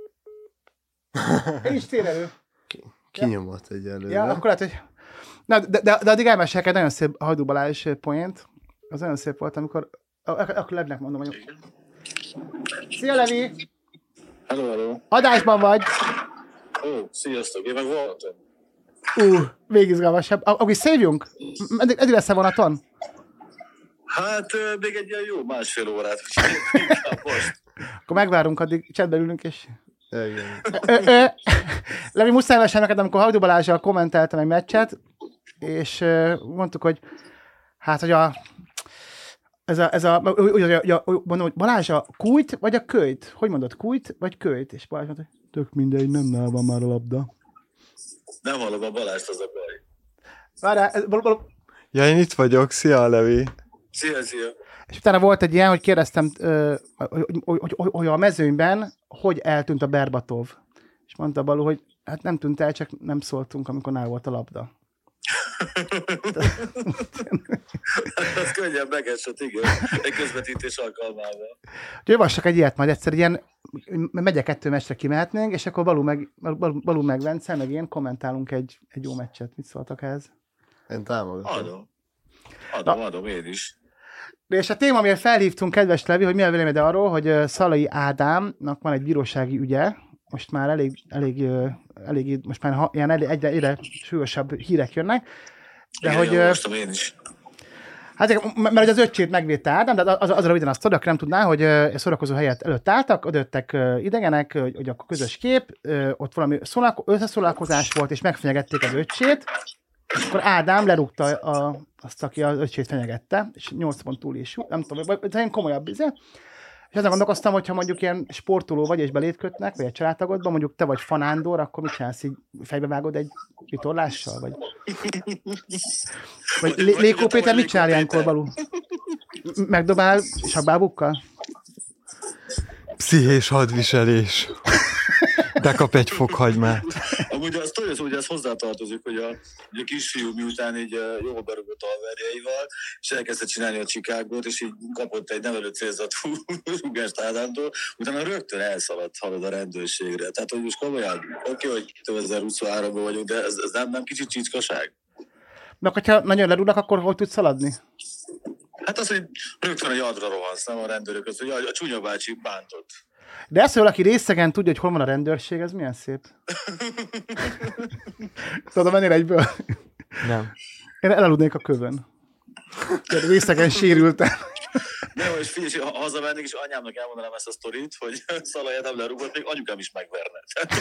Én is térelő.
Kinyomott egyelőre.
Ja, akkor lehet, hogy... Na, de, de, de addig elmesélek egy nagyon szép Hajdú Balázs poént. Az nagyon szép volt, amikor... Akkor Levinek mondom, hogy... Szia, Levi!
Hello, hello!
Adásban vagy!
Ó, oh, sziasztok, én meg voltam.
Ú, uh, még izgalmasabb. Akkor is szívjunk? Eddig, eddig lesz a vonaton?
Hát, még egy ilyen jó másfél órát, úgyhogy inkább most.
Akkor megvárunk, addig chatbe ülünk, és...
Igen.
Levi, muszáj mesélni neked, amikor Hajdú Balázsral kommenteltem egy meccset, és mondtuk, hogy hát, hogy a ez a, ez a, úgy, mondom, hogy Balázs a kújt, vagy a kölyt? Hogy mondod, kújt, vagy kölyt? És Balázs mondta, hogy tök mindegy, nem nál van már a labda.
Nem hallom a Balást, az a baj.
Várjál, ez, bal, bal...
Ja, én itt vagyok, szia, Levi.
Szia, szia.
És utána volt egy ilyen, hogy kérdeztem, hogy, hogy, hogy, hogy a mezőnyben hogy eltűnt a Berbatov. És mondta Balú, hogy hát nem tűnt el, csak nem szóltunk, amikor nál volt a labda.
Ez könnyen megesett, igen. Egy közvetítés alkalmával.
Jövassak egy ilyet majd egyszer, ilyen megye kettő meccsre kimehetnénk, és akkor Balú meg, Balú, Balú meg Vence, meg én kommentálunk egy, egy jó meccset. Mit szóltak ehhez?
Én támogatom.
Adom. Adom, adom, én is.
És a téma, amiért felhívtunk, kedves Levi, hogy mi a véleményed arról, hogy Szalai Ádámnak van egy bírósági ügye, most már elég, elég, elég most már ilyen elég, egyre, egyre súlyosabb hírek jönnek. De
igen,
hogy,
olvastam én is.
Hát, mert az öccsét megvédte Ádám, de az, az a röviden azt tudok, nem tudná, hogy egy szórakozó helyet előtt álltak, odajöttek idegenek, hogy, hogy akkor közös kép, ott valami összeszólalkozás volt, és megfenyegették az öccsét, és akkor Ádám lerúgta a, azt, aki az öccsét fenyegette, és nyolc pont túl is, nem tudom, vagy ilyen komolyabb izé. És azon gondolkoztam, hogyha mondjuk ilyen sportoló vagy, és belét kötnek, vagy egy családtagodban, mondjuk te vagy Fanándor, akkor mit csinálsz, így fejbevágod egy vitorlással? Vagy, vagy Lékó Péter mit csinál ilyenkor, Balú? Megdobál sabbábukkal?
Pszichés hadviselés. De kap egy fokhagymát.
Amúgy a sztori az, hogy ez hozzátartozik, hogy a, hogy a kisfiú miután így jól berúgott alverjeivel, és elkezdett csinálni a csikágot, és így kapott egy nevelő célzatú rúgást Ádámtól, utána rögtön elszaladt halad a rendőrségre. Tehát, hogy most komolyan, oké, hogy kétezer-huszonháromban vagyunk, de ez, ez nem, nem kicsit csicskaság?
Na, hogyha nagyon lerúgnak, akkor hogy tudsz szaladni?
Hát az, hogy rögtön a jadra rohansz, nem a rendőrök, az, hogy a, a csúnya bácsi bántott.
De ez, hogy valaki részegen tudja, hogy hol van a rendőrség, ez milyen szép. Tudod, mennél egyből?
Nem.
Én elaludnék a kövön. Részegen sérültem.
Nem, és figyelj, és ha hazamennék, és anyámnak elmondanám ezt a sztorit, hogy Szalaját nem lerúgott, még anyukám is megverne.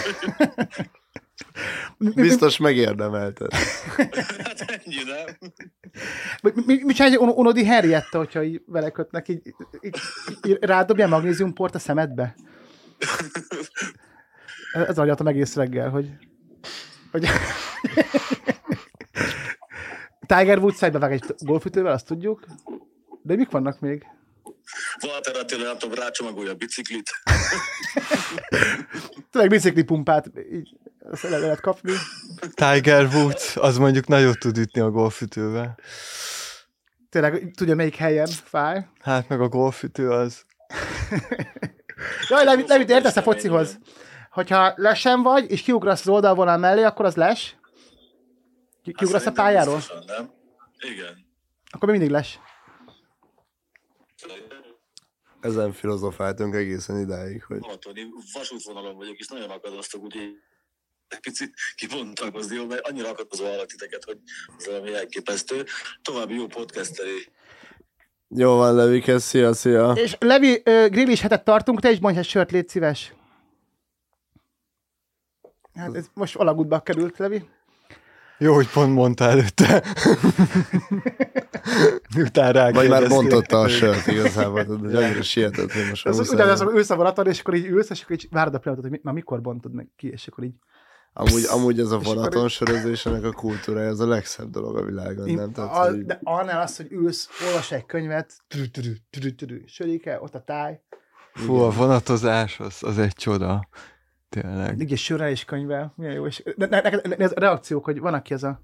Biztos megérdemelted.
Hát ennyi, nem?
Mi, mi, mi csinálja egy Onodi Henrietta, hogyha így vele kötnek, így, így, így rádobja magnéziumport a szemedbe? Ez agyaltam egész reggel, hogy... hogy Tiger Woods szájba vág egy golfütővel, azt tudjuk. De mik vannak még?
Walter Attila, nem tudom, rácsomagolja a biciklit.
Tényleg biciklipumpát így azt el lehet kapni.
Tiger Woods, az mondjuk nagyot tud ütni a golfütővel.
Tényleg tudja, melyik helyen fáj.
Hát meg a golfütő az...
Jaj, Levit, Levit értesz a focihoz? Hogyha lesen vagy, és kiugrasz az oldalvonal mellé, akkor az les? Ki, kiugrasz hát a pályáról?
Biztosan, nem? Igen.
Akkor még mindig les.
Ezen filozofáltunk egészen idáig, hogy...
Balatoni vasútvonalon vagyok, és nagyon akadoztok, úgyhogy egy picit kibontakozni, mert annyira akadozó hallak titeket, hogy ez valami elképesztő. További jó podcasteri.
Jó van, Levikhez, szia, szia.
És Levi, uh, grillis hetet tartunk, te is mondj egy sört, légy szíves. Hát ez most alagútba került, Levi.
Jó, hogy pont mondta előtte. Miután rá
vagy már bontotta a sört igazából, hogy annyira sietett, hogy most
az ugyanaz, hogy ülsz a vonaton, és akkor így ülsz, és akkor így várod a pillanatot, hogy már mikor bontod meg ki, és akkor így...
Amúgy, amúgy ez a vonaton sörözés, ennek a kultúrája, ez a legszebb dolog a világon, nem? Tehát,
a,
hogy...
De annál az, hogy ülsz, olvas egy könyvet, sörike, ott a táj.
Fú, a vonatozás, az, az egy csoda. Tényleg.
Így egy sörrel és könyvvel, milyen jó. És ne, ne, ne, ne, ez a reakciók, hogy van, aki ez a...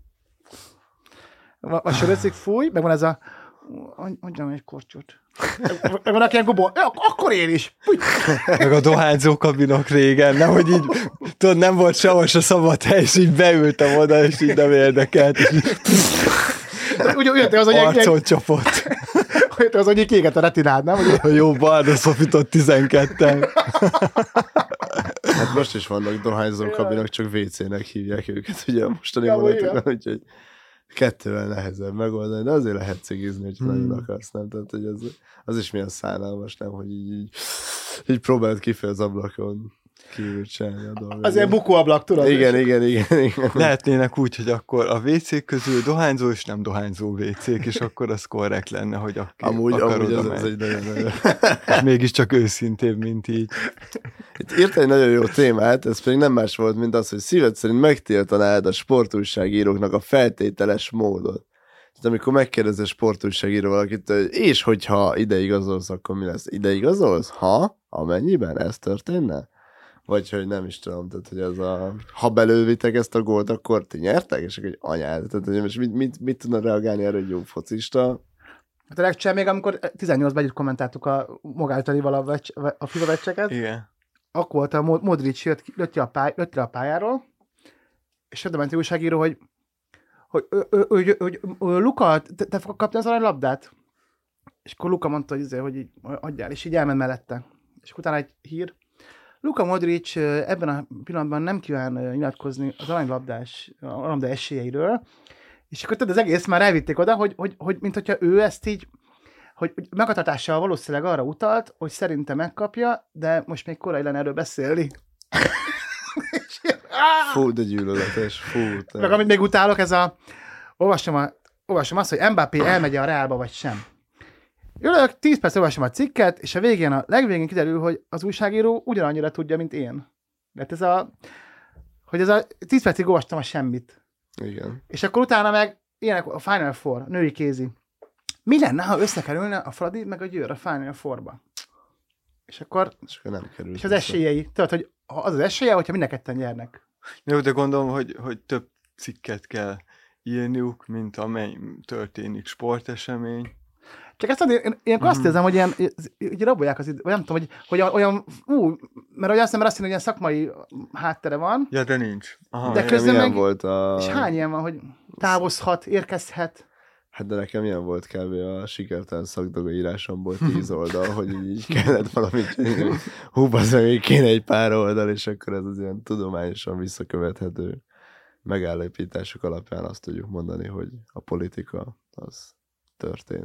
A sörözik, fúj, meg van ez a... Mondjam egy kortyot. Meg van, aki ilyen gobol, akkor én is. Fúj.
Meg a dohányzó kabinok régen, nem, hogy így, tudod, nem volt sehol se szabad hely, és így beültem oda, és így nem érdekelt, és így
Ugyan te az, hogy
arcot csapott.
Olyan te az, hogy kéket a retinád, nem?
A jó barna szofitott tizenketten.
Hát most is vannak dohányzó kabinok, csak vé cének hívják őket, ugye a mostani
Ja,
vonatokon, úgyhogy kettővel nehezebb megoldani, de azért lehet cigizni, hogyha hmm. nagyon akarsz, nem? Tehát, hogy az, az is milyen szánalmas, nem? Hogy így, így, így próbáld kifel az ablakon kívül csinálni a dolgot.
Az ilyen bukóablak, tudod?
Igen, igen, igen, igen.
Lehetnének úgy, hogy akkor a vé cék közül dohányzó és nem dohányzó vé cék, és akkor az korrekt lenne, hogy aki
amúgy,
akar
amúgy
oda
az,
megy.
az egy nagyon-nagyon...
És mégiscsak őszintébb, mint így.
Itt írt egy nagyon jó témát, ez pedig nem más volt, mint az, hogy szíved szerint megtiltanád a sportújságíróknak a feltételes módot. Tehát amikor megkérdez a sportújságíró valakit, hogy és hogyha ide igazolsz, akkor mi lesz? Ide igazolsz? Ha? Amennyiben ez történne? Vagy hogy nem is tudom, tehát hogy ez a... Ha belővitek ezt a gólt, akkor ti nyertek? És akkor egy anyád. Tehát hogy most mit, mit, mit tudna reagálni erre egy jó focista?
Hát a legcsel még, amikor tizennyolcban együtt kommentáltuk a Mogáltanival a, vecs, a FIFA meccseket,
Igen.
akkor volt a Modric jött, jött, a pály, jött le a pályáról, és oda ment a újságíró, hogy hogy, hogy, hogy, hogy, hogy Luka, te, te kaptál az aranylabdát? És akkor Luka mondta, hogy, hogy így adjál, és így elment mellette. És utána egy hír. Luka Modric ebben a pillanatban nem kíván nyilatkozni az aranylabdás, a aranylabda esélyeiről, és akkor tudod, az egész már elvitték oda, hogy, hogy, hogy mint hogyha ő ezt így, hogy megadhatással valószínűleg arra utalt, hogy szerintem megkapja, de most még korai lenne erről beszélni.
Fú, de gyűlöletes, fú. Te.
Meg amit még utálok, ez a... Olvasom, a, olvasom azt, hogy Mbappé elmegy a Realba, vagy sem. Ülök, tíz perc olvasom a cikket, és a végén, a legvégén kiderül, hogy az újságíró ugyanannyira tudja, mint én. De ez a... Hogy ez a tíz percig olvastam a semmit.
Igen.
És akkor utána meg ilyenek a Final Four, női kézi. Mi lenne, ha összekerülne a Fradi meg a Győr a Final Fourba? És akkor...
És akkor nem kerül.
És az esélyei. Tudod, hogy az az esélye, hogyha mind a ketten nyernek.
Jó, de gondolom, hogy, hogy több cikket kell írniuk, mint amely történik sportesemény.
Csak ezt én, én, én mm-hmm. azt érzem, hogy ilyen, így rabolják az időt, vagy nem tudom, hogy, hogy olyan, ú, mert azt nem azt mondja, hogy ilyen szakmai háttere van.
Ja, de nincs. Aha,
de közben meg,
volt a...
és hány ilyen van, hogy távozhat, érkezhet.
Hát de nekem ilyen volt kb. A sikertelen szakdoga írásomból tíz oldal, hogy így kellett valamit csinálni. Hú, az még kéne egy pár oldal, és akkor ez az ilyen tudományosan visszakövethető megállapítások alapján azt tudjuk mondani, hogy a politika az történt.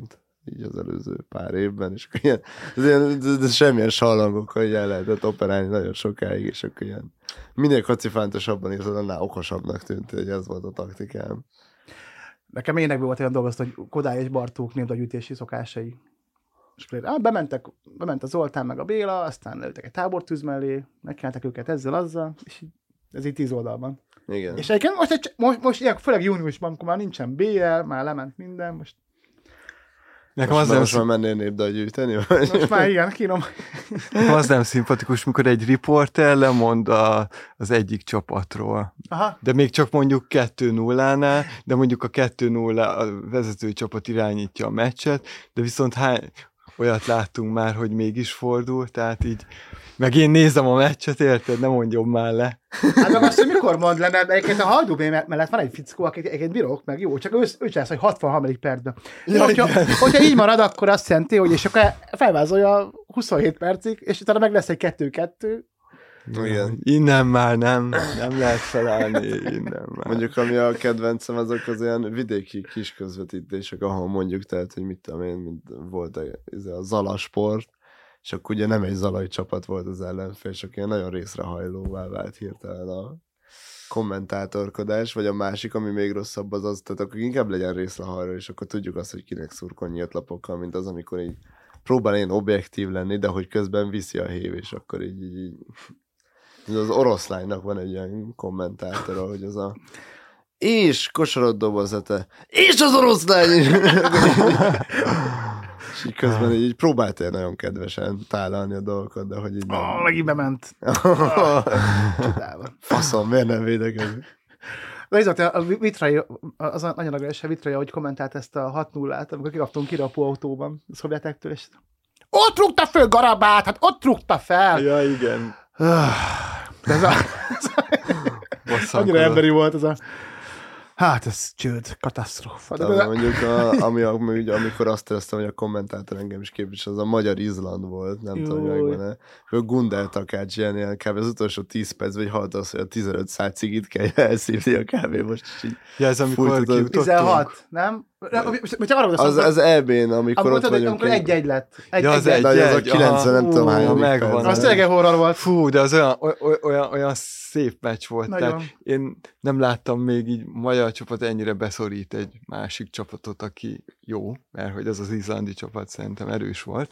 így az előző pár évben, és akkor ilyen, ez ilyen de, de semmilyen sallangokkal így el lehetett operálni nagyon sokáig, és akkor ilyen minél kacifántosabban érzed, annál okosabbnak tűnt, hogy ez volt a taktikám.
Nekem énekből volt olyan dolgozt, hogy Kodály és Bartók névdagyűjtési szokásai. És akkor ah, bementek, bement a Zoltán meg a Béla, aztán leültek egy tábortűz mellé, megkínáltak őket ezzel, azzal, és így, ez így tíz oldalban.
Igen.
És egyébként most, egy, most, most ilyen, főleg júniusban, amikor már nincsen bé el, már lement minden, most,
Nekem
most,
az nem,
most
szim...
már mennél népdal gyűjteni?
most már igen, kínom.
az nem szimpatikus, mikor egy riporter lemond a, az egyik csapatról.
Aha.
De még csak mondjuk kettő nullánál, de mondjuk a kettő nulla a vezető csapat irányítja a meccset, de viszont hány olyat láttunk már, hogy mégis fordul, tehát így meg én nézem a meccset, érted? Ne mondjon már le.
Hát meg azt, hogy mikor mond le, mert egyébként a Hajdú B mellett van egy fickó, akit egyébként bírok, meg jó, csak ő, ő csinálsz, hogy hatvanharmadik percben. Ja, hogyha, hogyha így marad, akkor azt jelenti, hogy és akkor felvázolja huszonhét percig, és utána meg lesz egy kettő-kettő.
Igen.
Innen már nem, nem lehet felállni, innen már.
Mondjuk, ami a kedvencem, azok az olyan vidéki kis közvetítések, ahol mondjuk, tehát, hogy mit tudom én, mint volt a, a Zala Sport, és akkor ugye nem egy zalai csapat volt az ellenfél, és akkor ilyen nagyon részrehajlóvá vált hirtelen a kommentátorkodás, vagy a másik, ami még rosszabb az az, tehát akkor inkább legyen részrehajló, és akkor tudjuk azt, hogy kinek szurkol nyílt lapokkal, mint az, amikor így próbál én objektív lenni, de hogy közben viszi a hév, és akkor így, így, így. Az oroszlánynak van egy ilyen kommentátora, hogy az a és kosarat dobozata, és az oroszlány is. És így közben így, így próbáltál nagyon kedvesen tálalni a dolgokat, de hogy így nem.
Oh, megint bement.
Faszom, miért nem védekezik?
De ez a Vitrai, az a nagyon agresszív Vitrai, ahogy kommentált ezt a hat nullát, amikor kikaptunk kirapó autóban a szovjetektől, és ott rúgta föl Garabát, hát ott rúgta fel.
Ja, igen.
Ez a... annyira emberi volt ez a... Hát ez csőd, katasztrófa.
De de mondjuk, a, ami, ami, amikor azt éreztem, hogy a kommentátor engem is képvisel, az a Magyar Izland volt, nem Júj. tudom, hogy megvan-e. A Gundel Takács ilyen, ilyen kb. Az utolsó tíz percben, hogy halt az, hogy a tizenöt szál cigit kell elszívni a kávé most is így.
Ja, ez amikor kijutottunk.
tizenhat, nem?
Az, az é bén, amikor
akkor
ott vagyunk.
Amikor egy-egy lett.
Egy, ja, az
egy, egy, az a kilencven, nem tudom hány.
Megvan.
Az tényleg horror volt.
Fú, de az olyan, olyan, olyan szép meccs volt.
Nagyon.
Tehát én nem láttam még így magyar csapat ennyire beszorít egy másik csapatot, aki jó, mert hogy az az izlandi csapat szerintem erős volt.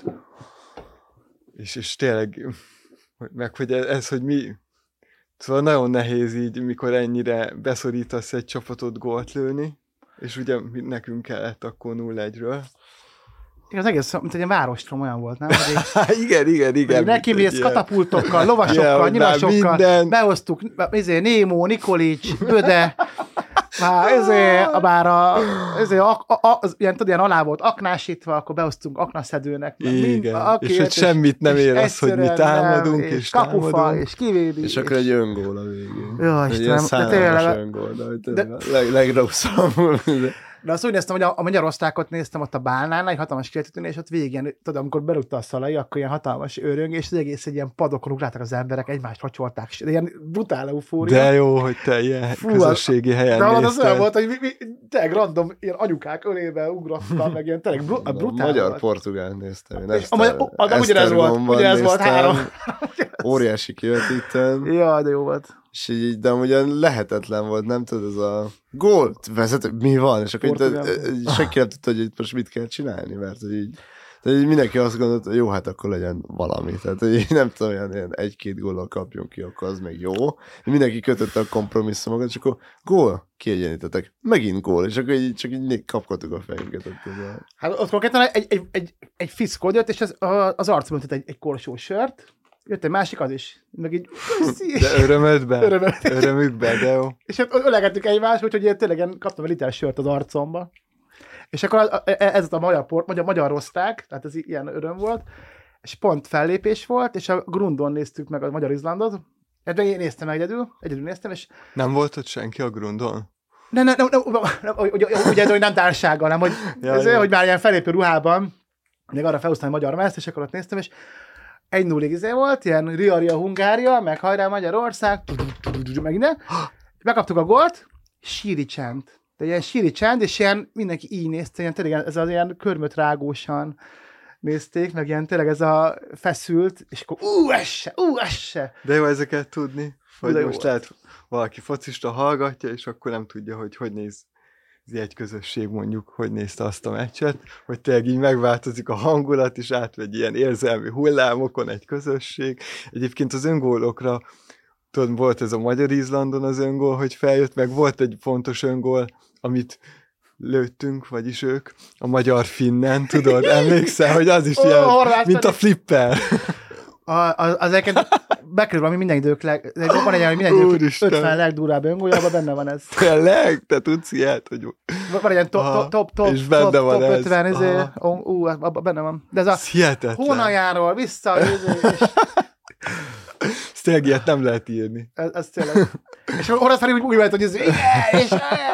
És, és tényleg, meg hogy ez, ez, hogy mi... Szóval nagyon nehéz így, mikor ennyire beszorítasz egy csapatot gólt lőni, és ugye nekünk kellett akkor nulla egyről.
Az egész, mint egy várostrom olyan volt, nem?
Egy, igen, igen, igen.
Neki mész katapultokkal, lovasokkal, yeah, nyilasokkal, minden... behoztuk izé, Némó, Nikolics, Böde, már ezért, bár a, ezért a, a, a, az, ilyen, tudod, ilyen alá volt aknásítva, akkor behoztunk aknaszedőnek.
Igen, akért, és hogy semmit nem ér az, hogy mi támadunk, nem, és, és kapufa, támadunk.
És kivédi.
És akkor egy öngól a végén.
Jó, Istenem, de tényleg.
Öngól, de, de... leg, legrosszabb.
De azt úgy néztem, hogy a, a magyarosztákot néztem ott a Bálnánál, egy hatalmas kivetítőnél, és ott végén, tudod, amikor berúgta a Szalai, akkor ilyen hatalmas őröngés, és az egész egy ilyen padokon ugráltak az emberek, egymást facsolták, és ilyen brutál eufória.
De jó, hogy te ilyen Fú, közösségi helyen
de
nézted.
De az olyan volt, hogy mi, mi, tényleg random, ilyen anyukák ölébe ugrottam, meg ilyen tényleg br- brutál
Magyar-portugált néztem. Én
és a, a, a, ugyanez volt, ugyanez volt három.
Óriási kivetítőn.
Ja, de jó volt.
És így, de ugyan lehetetlen volt, nem tudod, ez a gól vezető, mi van? És akkor így, senki nem tudta, hogy itt most mit kell csinálni, mert hogy így, de így mindenki azt gondolta, hogy jó, hát akkor legyen valami. Tehát így nem tudom, ilyen, ilyen egy-két góllal kapjunk ki, akkor az még jó. Mindenki kötötte a kompromisszumokat, és akkor gól, kiegyenítettek, megint gól, és akkor így, csak így kapkodtuk a fejünket. Ott,
hát ott konkrétan egy, egy, egy, egy fiszkod jött, és az, az arcban egy, egy korsó sört, jött egy másik az is. Meg így...
De örömödben? Örömödben. Örömükben, de jó.
És hát ölegettük egymást, úgyhogy tényleg kaptam egy liter sört az arcomba. És akkor ez a magyar, port, magyar, magyar osztrák, tehát ez ilyen öröm volt, és pont fellépés volt, és a Grundon néztük meg a Magyar Izlandot. Hát én néztem egyedül, egyedül néztem, és...
Nem volt ott senki a Grundon?
Nem, nem, nem, nem, nem ugye, ugye, hogy nem társággal, nem, hogy, ja, ez olyan, hogy már ilyen fellépő ruhában, még arra felhúztam egy magyar mezt, és akkor ott néztem, és egy nullig izé volt, ilyen Riaria Hungária, meg hajrá Magyarország, meg innen. Megkaptuk a gólt, síri csend. de ilyen síri csend, és ilyen mindenki így nézte, ilyen tényleg ez az ilyen körmöt rágósan nézték, meg ilyen tényleg ez a feszült, és akkor ú, ez se, ú, ez se.
De jó ezeket tudni, vagy
De jó
most
volt.
lehet valaki focista hallgatja, és akkor nem tudja, hogy hogy néz egy közösség mondjuk, hogy nézte azt a meccset, hogy tényleg így megváltozik a hangulat, és átvegy ilyen érzelmi hullámokon egy közösség. Egyébként az öngólokra, tudod, volt ez a Magyar-Izlandon az öngól, hogy feljött, meg volt egy fontos öngól, amit lőttünk, vagyis ők, a magyar finnen, tudod, emlékszel, hogy az is
Ó,
ilyen,
Horváth
mint a
Feri.
flipper.
A, az, az egyébként bekerül valami minden idők leg, van egy ilyen minden idők
Úristen.
ötven legdurvább öngólja, abban benne van ez.
Tényleg? Te tudsz ilyet, hogy
Van egy ilyen top,
Aha,
top, top, top,
és benne
top,
van
top
ez.
ötven, izé,
Aha.
ó, ú, abban benne van. De ez a
ez hihetetlen.
Hónajáról vissza, izé, és
Ez tényleg ilyet nem lehet írni.
ez, ez tényleg. És Horváth Feri úgy úgy ment, hogy ez, igen, és,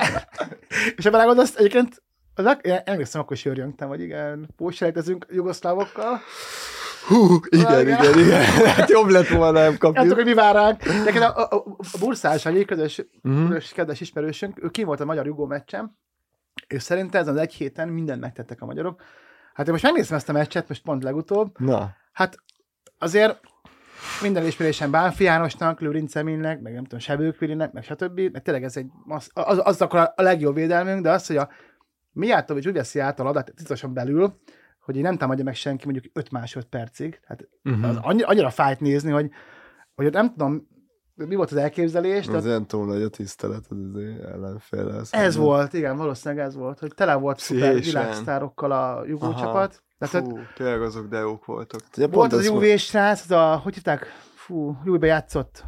és ebben elgondolsz, egyébként, az, én emlékszem, akkor is jörjöngtem, vagy igen, pótselejtezünk jugoszlávokkal.
Hú, igen,
Igen.
igen, igen. Hát jobb lett volna, nem
Tudtuk,
kapjuk.
hogy mi vár ránk. Neked a, a, a, a Burszás, egy közös,
Mhm.
közös, kedves ismerősünk, ő ki volt a magyar-jugó meccsen, és szerintem ezen az egy héten mindent megtettek a magyarok. Hát én most megnéztem ezt a meccset, most pont legutóbb.
Na,
Hát azért minden ismerésem Bánfi Jánosnak, Lőrinc Emilnek, meg nem tudom, Sebők Vilinek, meg stb. Meg tényleg ez egy, az, az, az akkor a legjobb védelmünk, de az, hogy a Mijatovics úgy veszi át a labdát titkosan belül, hogy így nem támadja meg senki mondjuk öt másodpercig. Hát
uh-huh.
az annyira, annyira fájt nézni, hogy, hogy ott nem tudom, mi volt az elképzelés.
Az
de
ilyen túl nagy a tisztelet az izé ellenféle.
ez volt, igen, valószínűleg ez volt, hogy tele volt szuper
Pszichésen.
világsztárokkal a jugó
Aha.
csapat. Tehát
Fú, tényleg azok de jók voltak.
Ugye
volt
pont
az
ez
ú vé srác, az a, hogy hívták, fú, Jújba játszott,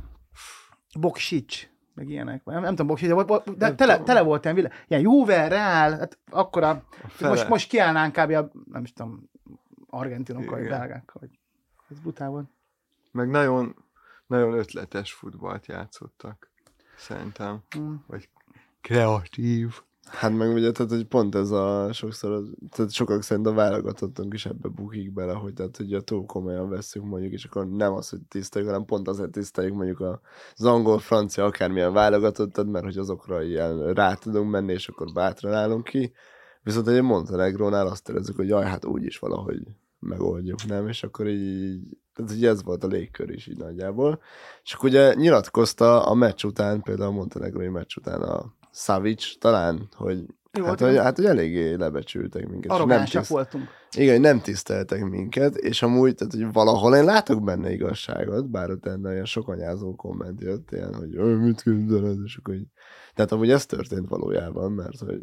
Boksics, meg ilyenek. Nem, nem tudom, Boksics, de, volt- de
Nem
tele,
tudom.
tele volt ilyen, vilá- ilyen Juve, Real, hát akkora,
fele.
most, most kiállnánk kb. A, nem is tudom, argentinokkal, vagy
Igen.
belgákkal, vagy ez brutál volt.
Meg nagyon, nagyon ötletes futballt játszottak. Szerintem.
Mm.
Vagy kreatív.
Hát meg ugye, tehát, hogy pont ez a sokszor, az, tehát sokak szerint a válogatottunk is ebbe bukik bele, hogy tehát, hogy túl komolyan veszünk mondjuk, és akkor nem az, hogy tiszteljük, hanem pont azért tiszteljük mondjuk az angol, francia, akármilyen válogatottat, mert hogy azokra ilyen rá tudunk menni, és akkor bátran állunk ki. Viszont egy Montenegrónál azt érezzük, hogy jaj, hát úgyis valahogy megoldjuk, nem? És akkor így, tehát ugye ez volt a légkör is így nagyjából. És akkor ugye nyilatkozta a meccs után, például a montenegrói meccs után a Savic talán, hogy
Jó,
hát,
hát,
hogy, hát, hogy eléggé lebecsültek minket. és nem
arrogánsak
tiszt-
voltunk.
Igen, hogy nem tiszteltek minket, és amúgy, tehát, hogy valahol én látok benne igazságot, bár ott ennél ilyen sok anyázó komment jött, ilyen, hogy "Ö, mit képzeled, és akkor így. Tehát amúgy ez történt valójában, mert hogy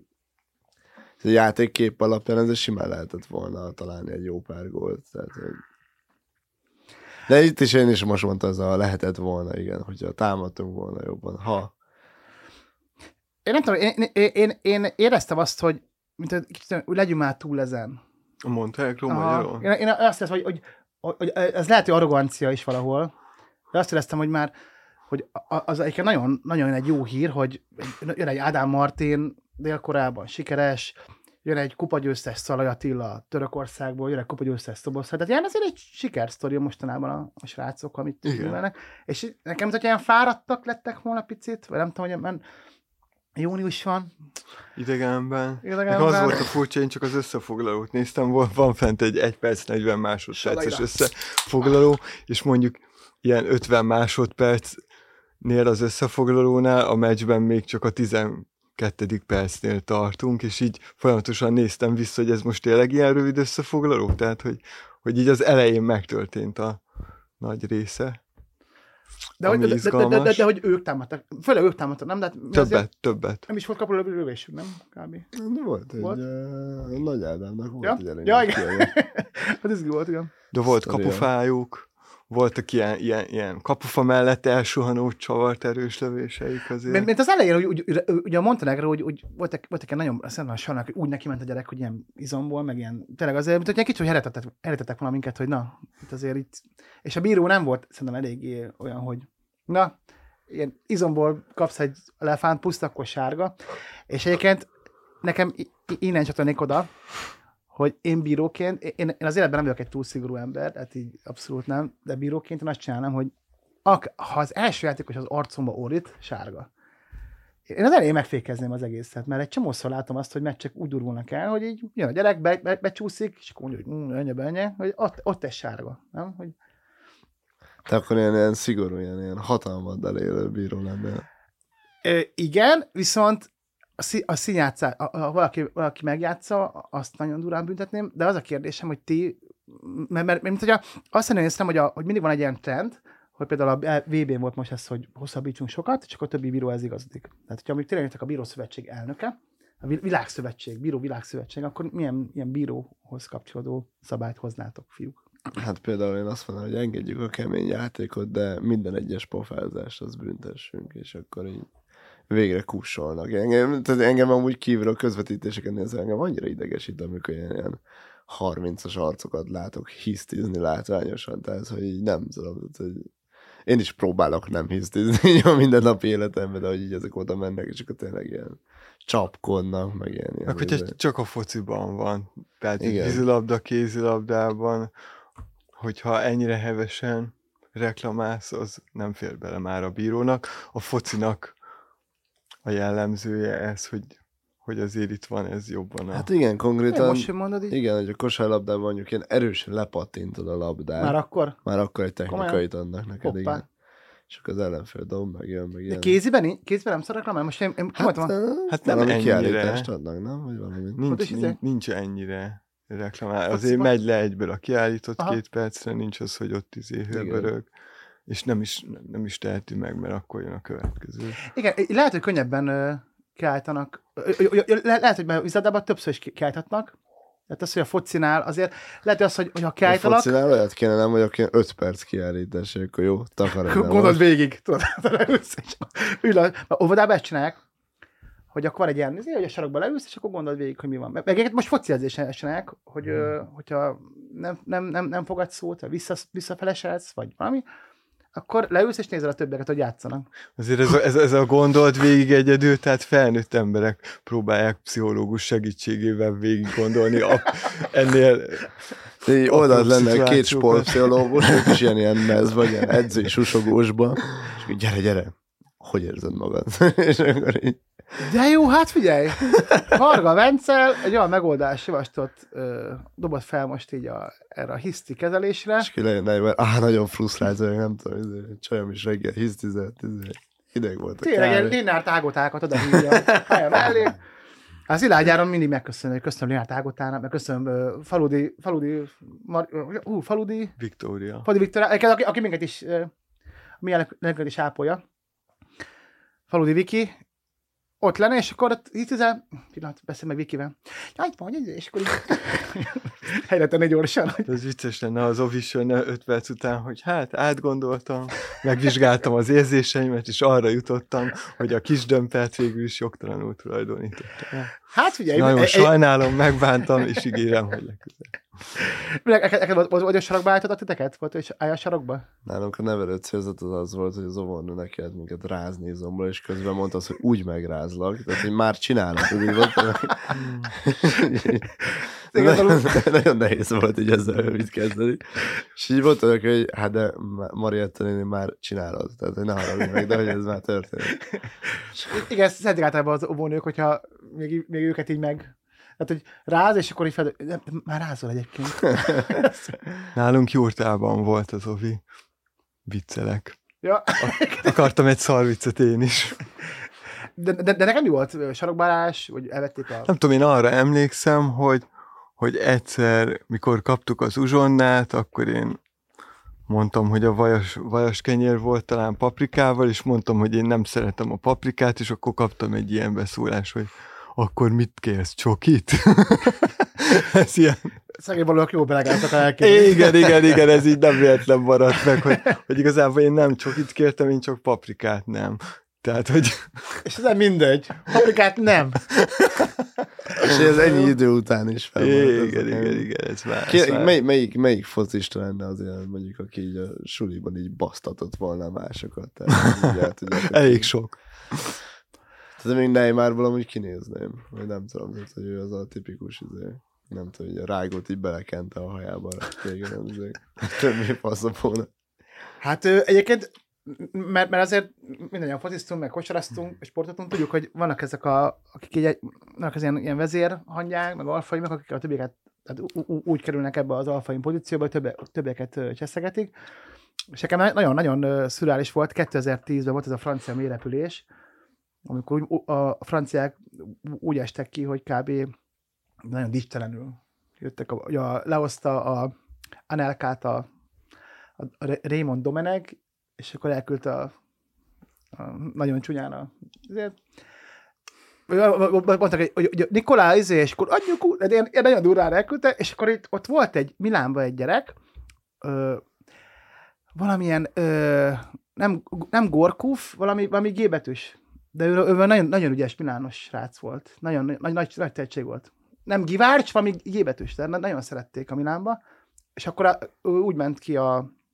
a játékkép alapján ez simán lehetett volna találni egy jó pár gólt. Tehát, hogy... De itt is én is most mondtam, ez a lehetett volna, igen, hogyha támadtunk volna jobban. Ha.
Én nem tudom, én, én, én, én éreztem azt, hogy mint, hogy kicsit, hogy legyünk már túl ezen.
A Montenegro
Aha.
magyarul?
Én, én azt éreztem, hogy, hogy, hogy, hogy ez lehet, hogy arrogancia is valahol, de azt éreztem, hogy már hogy a- az egyébként nagyon, nagyon egy jó hír, hogy jön egy Ádám Martin Dél-Koreában sikeres, jön egy kupagyőztes Szalai Attila Törökországból, jön egy kupagyőztes Szoboszlai, tehát ilyen azért egy sikersztori mostanában a, a srácok, amit
Igen.
művelnek. És nekem, mint hogy ilyen fáradtak lettek volna picit, vagy nem tudom, hogy mert június van,
Idegenben.
Idegenben.
Nekem az volt a furcsa, én csak az összefoglalót néztem, van, van fent egy egy perc negyven másodperces
Salajra.
összefoglaló, és mondjuk ilyen ötven másodpercnél az összefoglalónál, a meccsben még csak a tizenkettedik percnél tartunk, és így folyamatosan néztem vissza, hogy ez most tényleg ilyen rövid összefoglaló, tehát hogy, hogy így az elején megtörtént a nagy része.
de, hogy,
Ami
de, de, de, de, de,
izgalmas.
de, hogy ők támadtak, főleg ők támadtak, nem? De hát mi azért
Többet, többet.
nem is volt kapulövésünk, nem? Kb.
De volt egy
Volt?
Uh, Nagy Ádámnak volt
Ja?
egy elég
Ja,
nagy
igen.
kiadás.
Hát ez volt, igen.
De volt
Sztoria.
kapufájuk, voltak ilyen, ilyen, ilyen kapufa mellett elsuhanó csavart erős lövéseik azért.
Mint, mint az elején, hogy úgy, úgy, ugye a Montenegro, hogy úgy voltak, voltak ilyen nagyon, szerintem sajnálok, hogy úgy neki ment a gyerek, hogy ilyen izomból, meg ilyen, tényleg azért, mint hogy ilyen kicsit, hogy heretettek, heretettek volna minket, hogy na, itt azért itt, és a bíró nem volt szerintem eléggé olyan, hogy na, ilyen izomból kapsz egy elefánt puszt, akkor sárga, és egyébként nekem i- i- innen csatolnék oda, hogy én bíróként, én, én az életben nem vagyok egy túl szigorú ember, hát így abszolút nem, de bíróként én azt csinálom, hogy ak- ha az első játékos az arcomba orrít, sárga. Én az elején megfékezném az egészet, mert egy csomószor látom azt, hogy meccsek úgy durulnak el, hogy így jön a gyerek, be, be, becsúszik, és akkor mondja, hogy ennyi, ennyi, hogy ott, ott egy sárga, nem? Hogy...
Te akkor ilyen, ilyen szigorú, ilyen, ilyen hatalmaddal élő bíró lennél.
Ö, igen, viszont a, szí, a színjátszás, ha valaki, valaki megjátsza, azt nagyon durán büntetném, de az a kérdésem, hogy ti, mert, mert, mert mint hogy a, azt néztem, hogy, a, hogy mindig van egy ilyen trend, hogy például a vé bén volt most ez, hogy hosszabbítsunk sokat, csak a többi bíró ez igazodik. Tehát, hogyha mondjuk tényleg a bírószövetség elnöke, a világszövetség, bíró világszövetség, akkor milyen ilyen bíróhoz kapcsolódó szabályt hoznátok, fiúk?
Hát például én azt mondom, hogy engedjük a kemény játékot, de minden egyes pofázást az büntessünk, és akkor így végre kussolnak. Engem, tehát engem amúgy kívülről közvetítéseken nézve, engem annyira idegesít, amikor ilyen, ilyen harmincas arcokat látok hisztizni látványosan, tehát hogy így nem tudom, hogy én is próbálok nem hisztizni a mindennapi életemben, de hogy így ezek oda mennek, és akkor tényleg ilyen csapkodnak, meg ilyen. ilyen
meg hogyha csak a fociban van, tehát
igen.
vízilabda, kézilabdában, hogyha ennyire hevesen reklamálsz, az nem fér bele már a bírónak. A focinak a jellemzője ez, hogy, hogy azért itt van ez jobban. A...
Hát igen, konkrétan,
most sem mondod így?
igen, hogy a kosárlabdában mondjuk ilyen erősen lepattintod a labdát.
Már akkor?
Már akkor egy technikait adnak neked,
Hoppá.
igen. És akkor az ellenfél dob, meg jön, meg
De
ilyen.
kéziben, kézben nem szar reklám? Most én, én
Hát,
hát,
hát
nem
valami
ennyire.
kiállítást adnak, nem? Vagy valami.
Nincs,
is izé-
nincs, nincs ennyire reklamál.
Fociban?
Azért megy le egyből a kiállított
Aha.
két percre, nincs az, hogy ott izé hőbörög, és nem is, nem is teheti meg, mert akkor jön a következő.
Igen, lehet, hogy könnyebben ö, kiállítanak. Ö, ö, ö, le, lehet, hogy már vízadában többször is ki- kiállíthatnak. Tehát az, hogy a focinál, azért lehet az, hogy, hogy ha
A
kiállítanak,
focinál olyat kéne, nem, hogy akkor öt perc kiállítás, és akkor jó, takarodj.
gondold végig. Tudod, leülsz, és ül a, a óvodában ezt csinálják, hogy akkor van egy ilyen, hogy a sarokba leülsz, és akkor gondold végig, hogy mi van. Meg egyébként most fociedzésen ezt csinálják, hogy ö, hogyha nem, nem, nem, nem fogad szót, vagy vissza, visszafeleselsz, vagy valami, akkor leülsz, és nézel a többieket, hogy játszanak.
Azért ez a, ez, ez a gondolt végig egyedül, tehát felnőtt emberek próbálják pszichológus segítségével végig gondolni a, ennél
Így oldalt lenne két
szituációkat.
sportpszichológus, ők is ilyen, ilyen mez, vagy ilyen edzői susogósba, és akkor gyere, gyere, hogy érzed magad? És akkor így,
De jó, hát figyelj! Varga Vencel egy olyan megoldás javaslatot ö, dobott fel most így a, erre a hiszti kezelésre.
és ki lejön, mert áh, nagyon frusztrált vagyok, nem tudom, izé, csajom is reggel hisztizett, izé, hideg volt a
Tényleg ilyen
kávé.
Lénár tágotákat oda hívja a helye mellé. Az Szilágyáron mindig megköszönöm, hogy köszönöm Lénár tágotának, meg köszönöm uh, Faludi, Faludi, Mar, uh, Faludi,
Viktória.
Faludi Viktor, aki, aki minket is, uh, mi minket is ápolja. Faludi Viki, ott lenne, és akkor ott hisztizel, pillanat, beszél meg Vikivel. Jaj, mondj, és akkor így helyre tenni gyorsan. Hogy...
Ez vicces lenne, az Ovis jönne öt perc után, hogy hát átgondoltam, megvizsgáltam az érzéseimet, és arra jutottam, hogy a kis dömpert végül is jogtalanul tulajdonítottam.
Hát figyelj,
Nagyon
egy-
sajnálom, megbántam, és ígérem, hogy legközelebb.
Neked neked volt, volt, volt, hogy sarokba állítottad titeket? Volt, hogy állj a sarokba?
Nálunk a nevelő célzat az az volt, hogy az óvónő ne kellett minket rázni izomból, és közben mondta azt, hogy úgy megrázlak, tehát hogy már csinálom, hogy így volt. nagyon, nagyon nehéz volt így ezzel mit kezdeni. És így volt olyan, hogy hát de Marietta néni már csinálod, tehát hogy ne haragudj meg, de hogy ez már történik.
Igen, ezt szeretik általában az óvónők, hogyha még, még őket így meg... Tehát, hogy ráz, és akkor így fel... De, de már rázol egyébként.
Nálunk Jurtában volt az Ovi. Viccelek.
Ja.
Akartam egy szarviccet én is.
De, de, de nekem mi volt? Sarokbálás? Vagy elvették a...
Nem tudom, én arra emlékszem, hogy, hogy egyszer, mikor kaptuk az uzsonnát, akkor én mondtam, hogy a vajas, vajas kenyér volt talán paprikával, és mondtam, hogy én nem szeretem a paprikát, és akkor kaptam egy ilyen beszólás, hogy akkor mit kérsz, csokit? Ez ilyen...
Szegény valóak jó belegáltak a elképzelni.
Igen, igen, igen, ez így nem véletlen maradt meg, hogy, hogy igazából én nem csokit kértem, én csak paprikát nem. Tehát, hogy...
És ez nem mindegy. Paprikát nem.
És ez ennyi idő után is fel volt.
Igen, igen, igen, ez már...
Ki,
ez már-
mely, melyik, melyik focista lenne azért, mondjuk, aki így a suliban így basztatott volna másokat? Tehát, így el tudjátok-
Elég sok.
Tehát még Neymarból amúgy kinézném. Vagy nem tudom, tehát, hogy ő az a tipikus, izé, nem tudom, hogy a rágót így belekente a hajába. Régen, izé, többi faszapónak.
Hát ö, egyébként mert, mert azért mindannyian fociztunk, meg kosaraztunk, sportoltunk, tudjuk, hogy vannak ezek a, akik így, vannak az ilyen, ilyen vezérhangyák, meg alfaimok, akik a többieket tehát úgy kerülnek ebbe az alfaim pozícióba, hogy többé, többieket cseszegetik. És nekem nagyon-nagyon szürreális volt, kétezer-tízben volt ez a francia mélyrepülés, amikor úgy, a franciák úgy estek ki, hogy kb. Nagyon dicstelenül jöttek. A, a, lehozta a Anelkát a, a Raymond Domenech, és akkor elküldte a, a nagyon csúnyán a... Mondtak, hogy, hogy Nikolá, izé, és akkor adjuk, de én, én nagyon durrán elküldte, és akkor itt, ott volt egy Milánban egy gyerek, ö, valamilyen, ö, nem, nem Gorkuf, valami, valami G-betűs, de ő, ő nagyon, nagyon ügyes milános srác volt, nagyon nagy, nagy, nagy tehetség volt. Nem Givárcs, valami G-betűs, de nagyon szerették a Milánba, és akkor a, úgy ment ki a,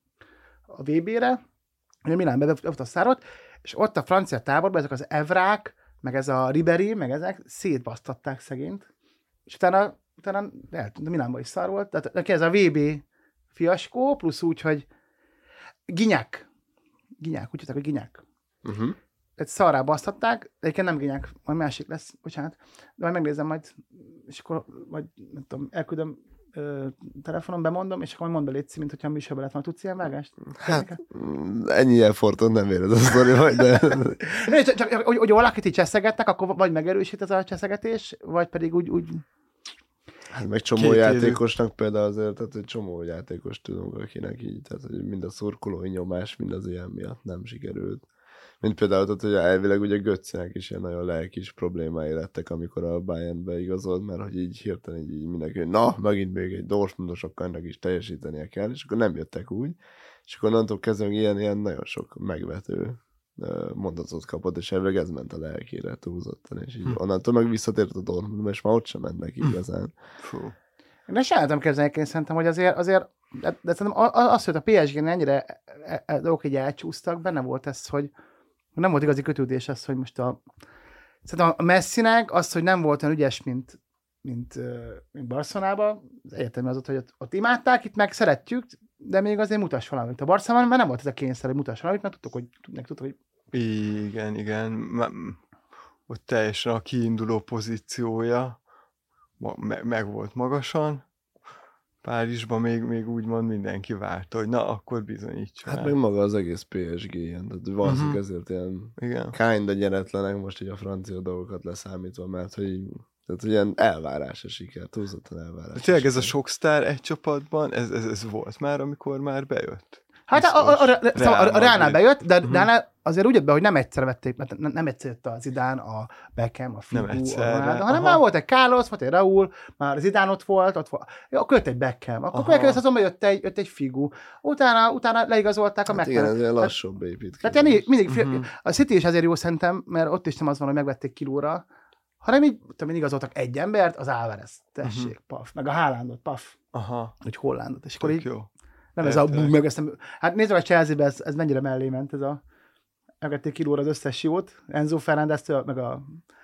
a vé bé-re, hogy a Milánba bevott a szárot, és ott a francia táborban ezek az evrák, meg ez a Ribéry, meg ezek szétbasztatták szegényt, és utána, utána eltűnt, a Milánban is szar volt, tehát neki ez a vé bé fiaskó, plusz úgy, hogy Ginyák, Ginyák, úgy hívták, hogy Ginyák. Uh-huh. Egy szarrá basztatták, egyébként nem Ginyák, majd másik lesz, bocsánat, de majd megnézem majd, és akkor majd, nem tudom, elküldöm ö, telefonon, bemondom, és akkor majd mondd be létszi, mint hogyha a műsorban lett volna. Tudsz ilyen vágást?
Hát, ennyi effortot nem éred a sztori, vagy, de...
ne, csak, csak, hogy, hogy valakit így cseszegettek, akkor vagy megerősít ez a cseszegetés, vagy pedig úgy... úgy...
Hát meg csomó Két játékosnak éve. Például azért, tehát egy csomó játékos tudunk, akinek így, tehát hogy mind a szurkolói nyomás, mind az ilyen miatt nem sikerült. Mint például, tehát, hogy elvileg ugye Götzenek is ilyen nagyon lelkis problémái lettek, amikor a Bayernbe igazolt, mert hogy így hirtelen így, így mindenki, hogy na, megint még egy Dortmundos, akkor ennek is teljesítenie kell, és akkor nem jöttek úgy, és akkor onnantól kezdve ilyen, ilyen nagyon sok megvető mondatot kapott, és elvileg ez ment a lelkére túlzottan, és így hm. onnantól meg visszatért a Dortmundba, és már ott sem ment neki igazán.
Fú. Én sem lehetem képzelni, én szerintem, hogy azért, azért de, de szerintem az, hogy a pé es gén ennyire dolgok így elcsúsztak, benne volt ez, hogy nem volt igazi kötődés az, hogy most a... Szerintem a Messinek az, hogy nem volt olyan ügyes, mint, mint, mint Barcelonában, az egyértelmű az ott, hogy ott, ott imádták, itt meg szeretjük, de még azért mutass valamit. A Barcelonában már nem volt ez a kényszer, hogy mutass valamit, mert tudtuk, hogy, tudtuk, hogy...
Igen, igen. Ott teljesen a kiinduló pozíciója meg, meg volt magasan. Párizsban még, még úgymond mindenki várta, hogy na, akkor bizonyítsa.
Hát meg maga az egész pé es gé ilyen, tehát valószínűleg uh-huh. ezért ilyen kinda gyeretlenek most így a francia dolgokat leszámítva, mert hogy, tehát, hogy ilyen elvárás a siker, túlzottan elvárás.
Tényleg ez a sok sztár egy csapatban, ez, ez, ez volt már, amikor már bejött?
Hát a, a, a, a, a Reálnál bejött, de uh-huh. Reálnál azért úgy jött be, hogy nem egyszer vették, mert nem, nem egyszer jött a Zidane, a Beckham, a Figu, a Ronaldo, hanem már volt egy Carlos, volt egy Raúl, már Zidane ott volt, ott volt, jó, akkor jött egy Beckham, akkor következő szezonban jött egy, jött egy Figu, utána, utána leigazolták a
hát
Beckham.
Igen, ez egy lassabb építkezés.
Tehát ilyen, mindig, uh-huh. a City is azért jó szerintem, mert ott is nem az van, hogy megvették kilóra, hanem így, tudom én, igazoltak egy embert, az Álvarez, tessék, uh-huh. paf, meg a Haalandot, paf,
Aha.
egy Hollandot, és akkor így,
jó.
nem ez a bú, meg ezt nem, hát nézd meg a Chelsea-ben, ez, ez mennyire mellé ment, ez a megvették kilóra az összes jót, Enzo Fernández-től, meg a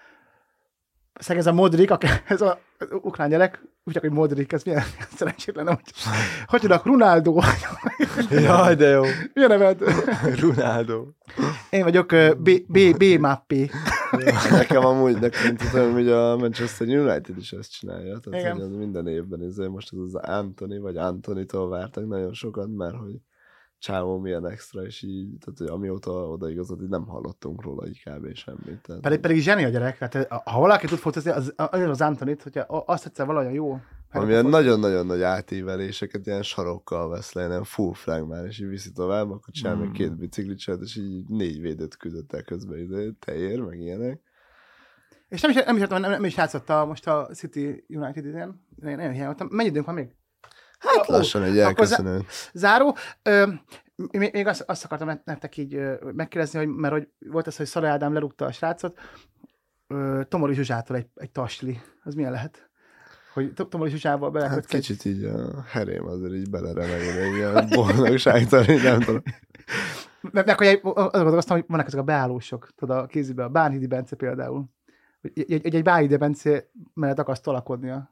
szeg ez a Modric, a, ez a az ukrán gyerek, úgy csak, hogy Modric, ez milyen szerencsétlen, hogy hogy tudnak, Ronaldo.
Jaj, de jó.
Milyen neved?
Ronaldo.
Én vagyok B, B, B Mappé.
Nekem amúgy, nekem tudom, hogy a Manchester United is ezt csinálja, tehát hogy minden évben ezért most az az Anthony, vagy Anthony-tól vártak nagyon sokat, mert hogy csávó milyen extra, és így, tehát hogy amióta odaigazodt, így nem hallottunk róla így kb. Semmit. Tehát...
Pedig, pedig zseni a gyerek, tehát ha valaki tud fotózni, az, az, az Anthony-t, hogyha azt egyszer valahol jó.
Amilyen nagyon-nagyon nagy átíveléseket ilyen sarokkal vesz le, ilyen full flag már, és így viszi tovább, akkor csinál mm. meg két biciklicset, és így négy védőt küldött el közben, ide, teér, meg ilyenek.
És nem is, nem is, nem, nem is játszott most a City United idén, nagyon hiányoltam. Mennyi időnk van még?
Hát oh, lassan egy elköszönő.
Záró. Ö, még azt, azt akartam nektek így megkérdezni, hogy, mert hogy volt az, hogy Szalai Ádám lerúgta a srácot, ö, Tomori Zsuzsától egy, egy tasli. Az milyen lehet? Hogy Tomori Zsuzsával belekötsz?
Hát kicsit így a herém azért így beleremegül egy ilyen boldogságtal, így nem tudom.
Meg, meg hogy azt gondolkoztam, hogy vannak ezek a beállósok, tudod, a kéziben, a Bánhidi Bence például. Hogy egy, egy, egy Bánhidi Bence mellett akarsz tolakodni a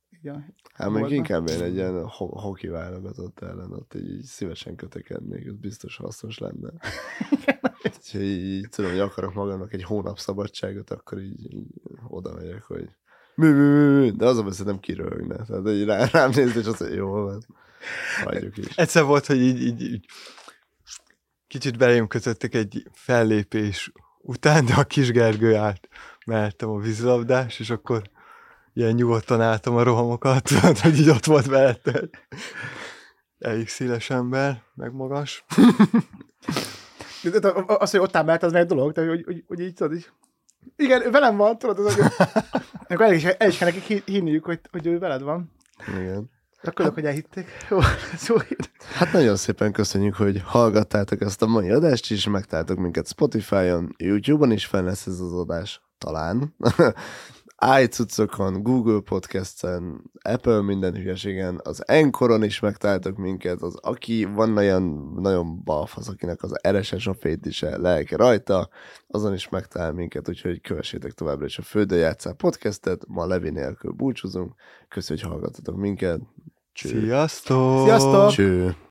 Igen.
Hát még
Boltban.
inkább én egy ilyen ho- hoki válogatott ellen ott így, így szívesen kötekednék, ez biztos hasznos lenne. Úgyhogy így, így tudom, hogy akarok magamnak egy hónap szabadságot, akkor így, így oda megyek, hogy mi, mi, mi, mi, de az a beszél nem kiröhögne. Tehát így rá, rám nézni, és azt mondja, jó van, hagyjuk is.
Egyszer volt, hogy így, így, így kicsit belém kötöttek egy fellépés után, de a Kis Gergő állt mellettem a vízilabdás, és akkor ilyen nyugodtan álltam a rohamokat, hogy így ott volt mellette. Elég széles ember, meg magas.
De, de, az, hogy ott áll mellett, az meg egy dolog, tehát, hogy, hogy, hogy így tudod, így. Igen, ő velem van, tudod, az, hogy akkor el is, el is kell nekik hinniük, hogy, hogy ő veled van.
Igen.
Akkor hát, hogy elhitték. Jó, szó
Hát nagyon szépen köszönjük, hogy hallgattátok ezt a mai adást is, megtaláltok minket Spotify-on, YouTube-on is fel lesz ez az adás, talán. iTunes-okon, Google Podcast-en, Apple minden hülyeségen, az Anchoron is megtaláltok minket, az aki van olyan nagyon balfasz, akinek az er es es a fétise lelke rajta, azon is megtalál minket, úgyhogy kövessétek továbbra is a Földön játsszál podcastet, ma Levi nélkül búcsúzunk, köszönjük, hogy hallgattatok minket. Cső.
Sziasztok!
Sziasztok!
Cső.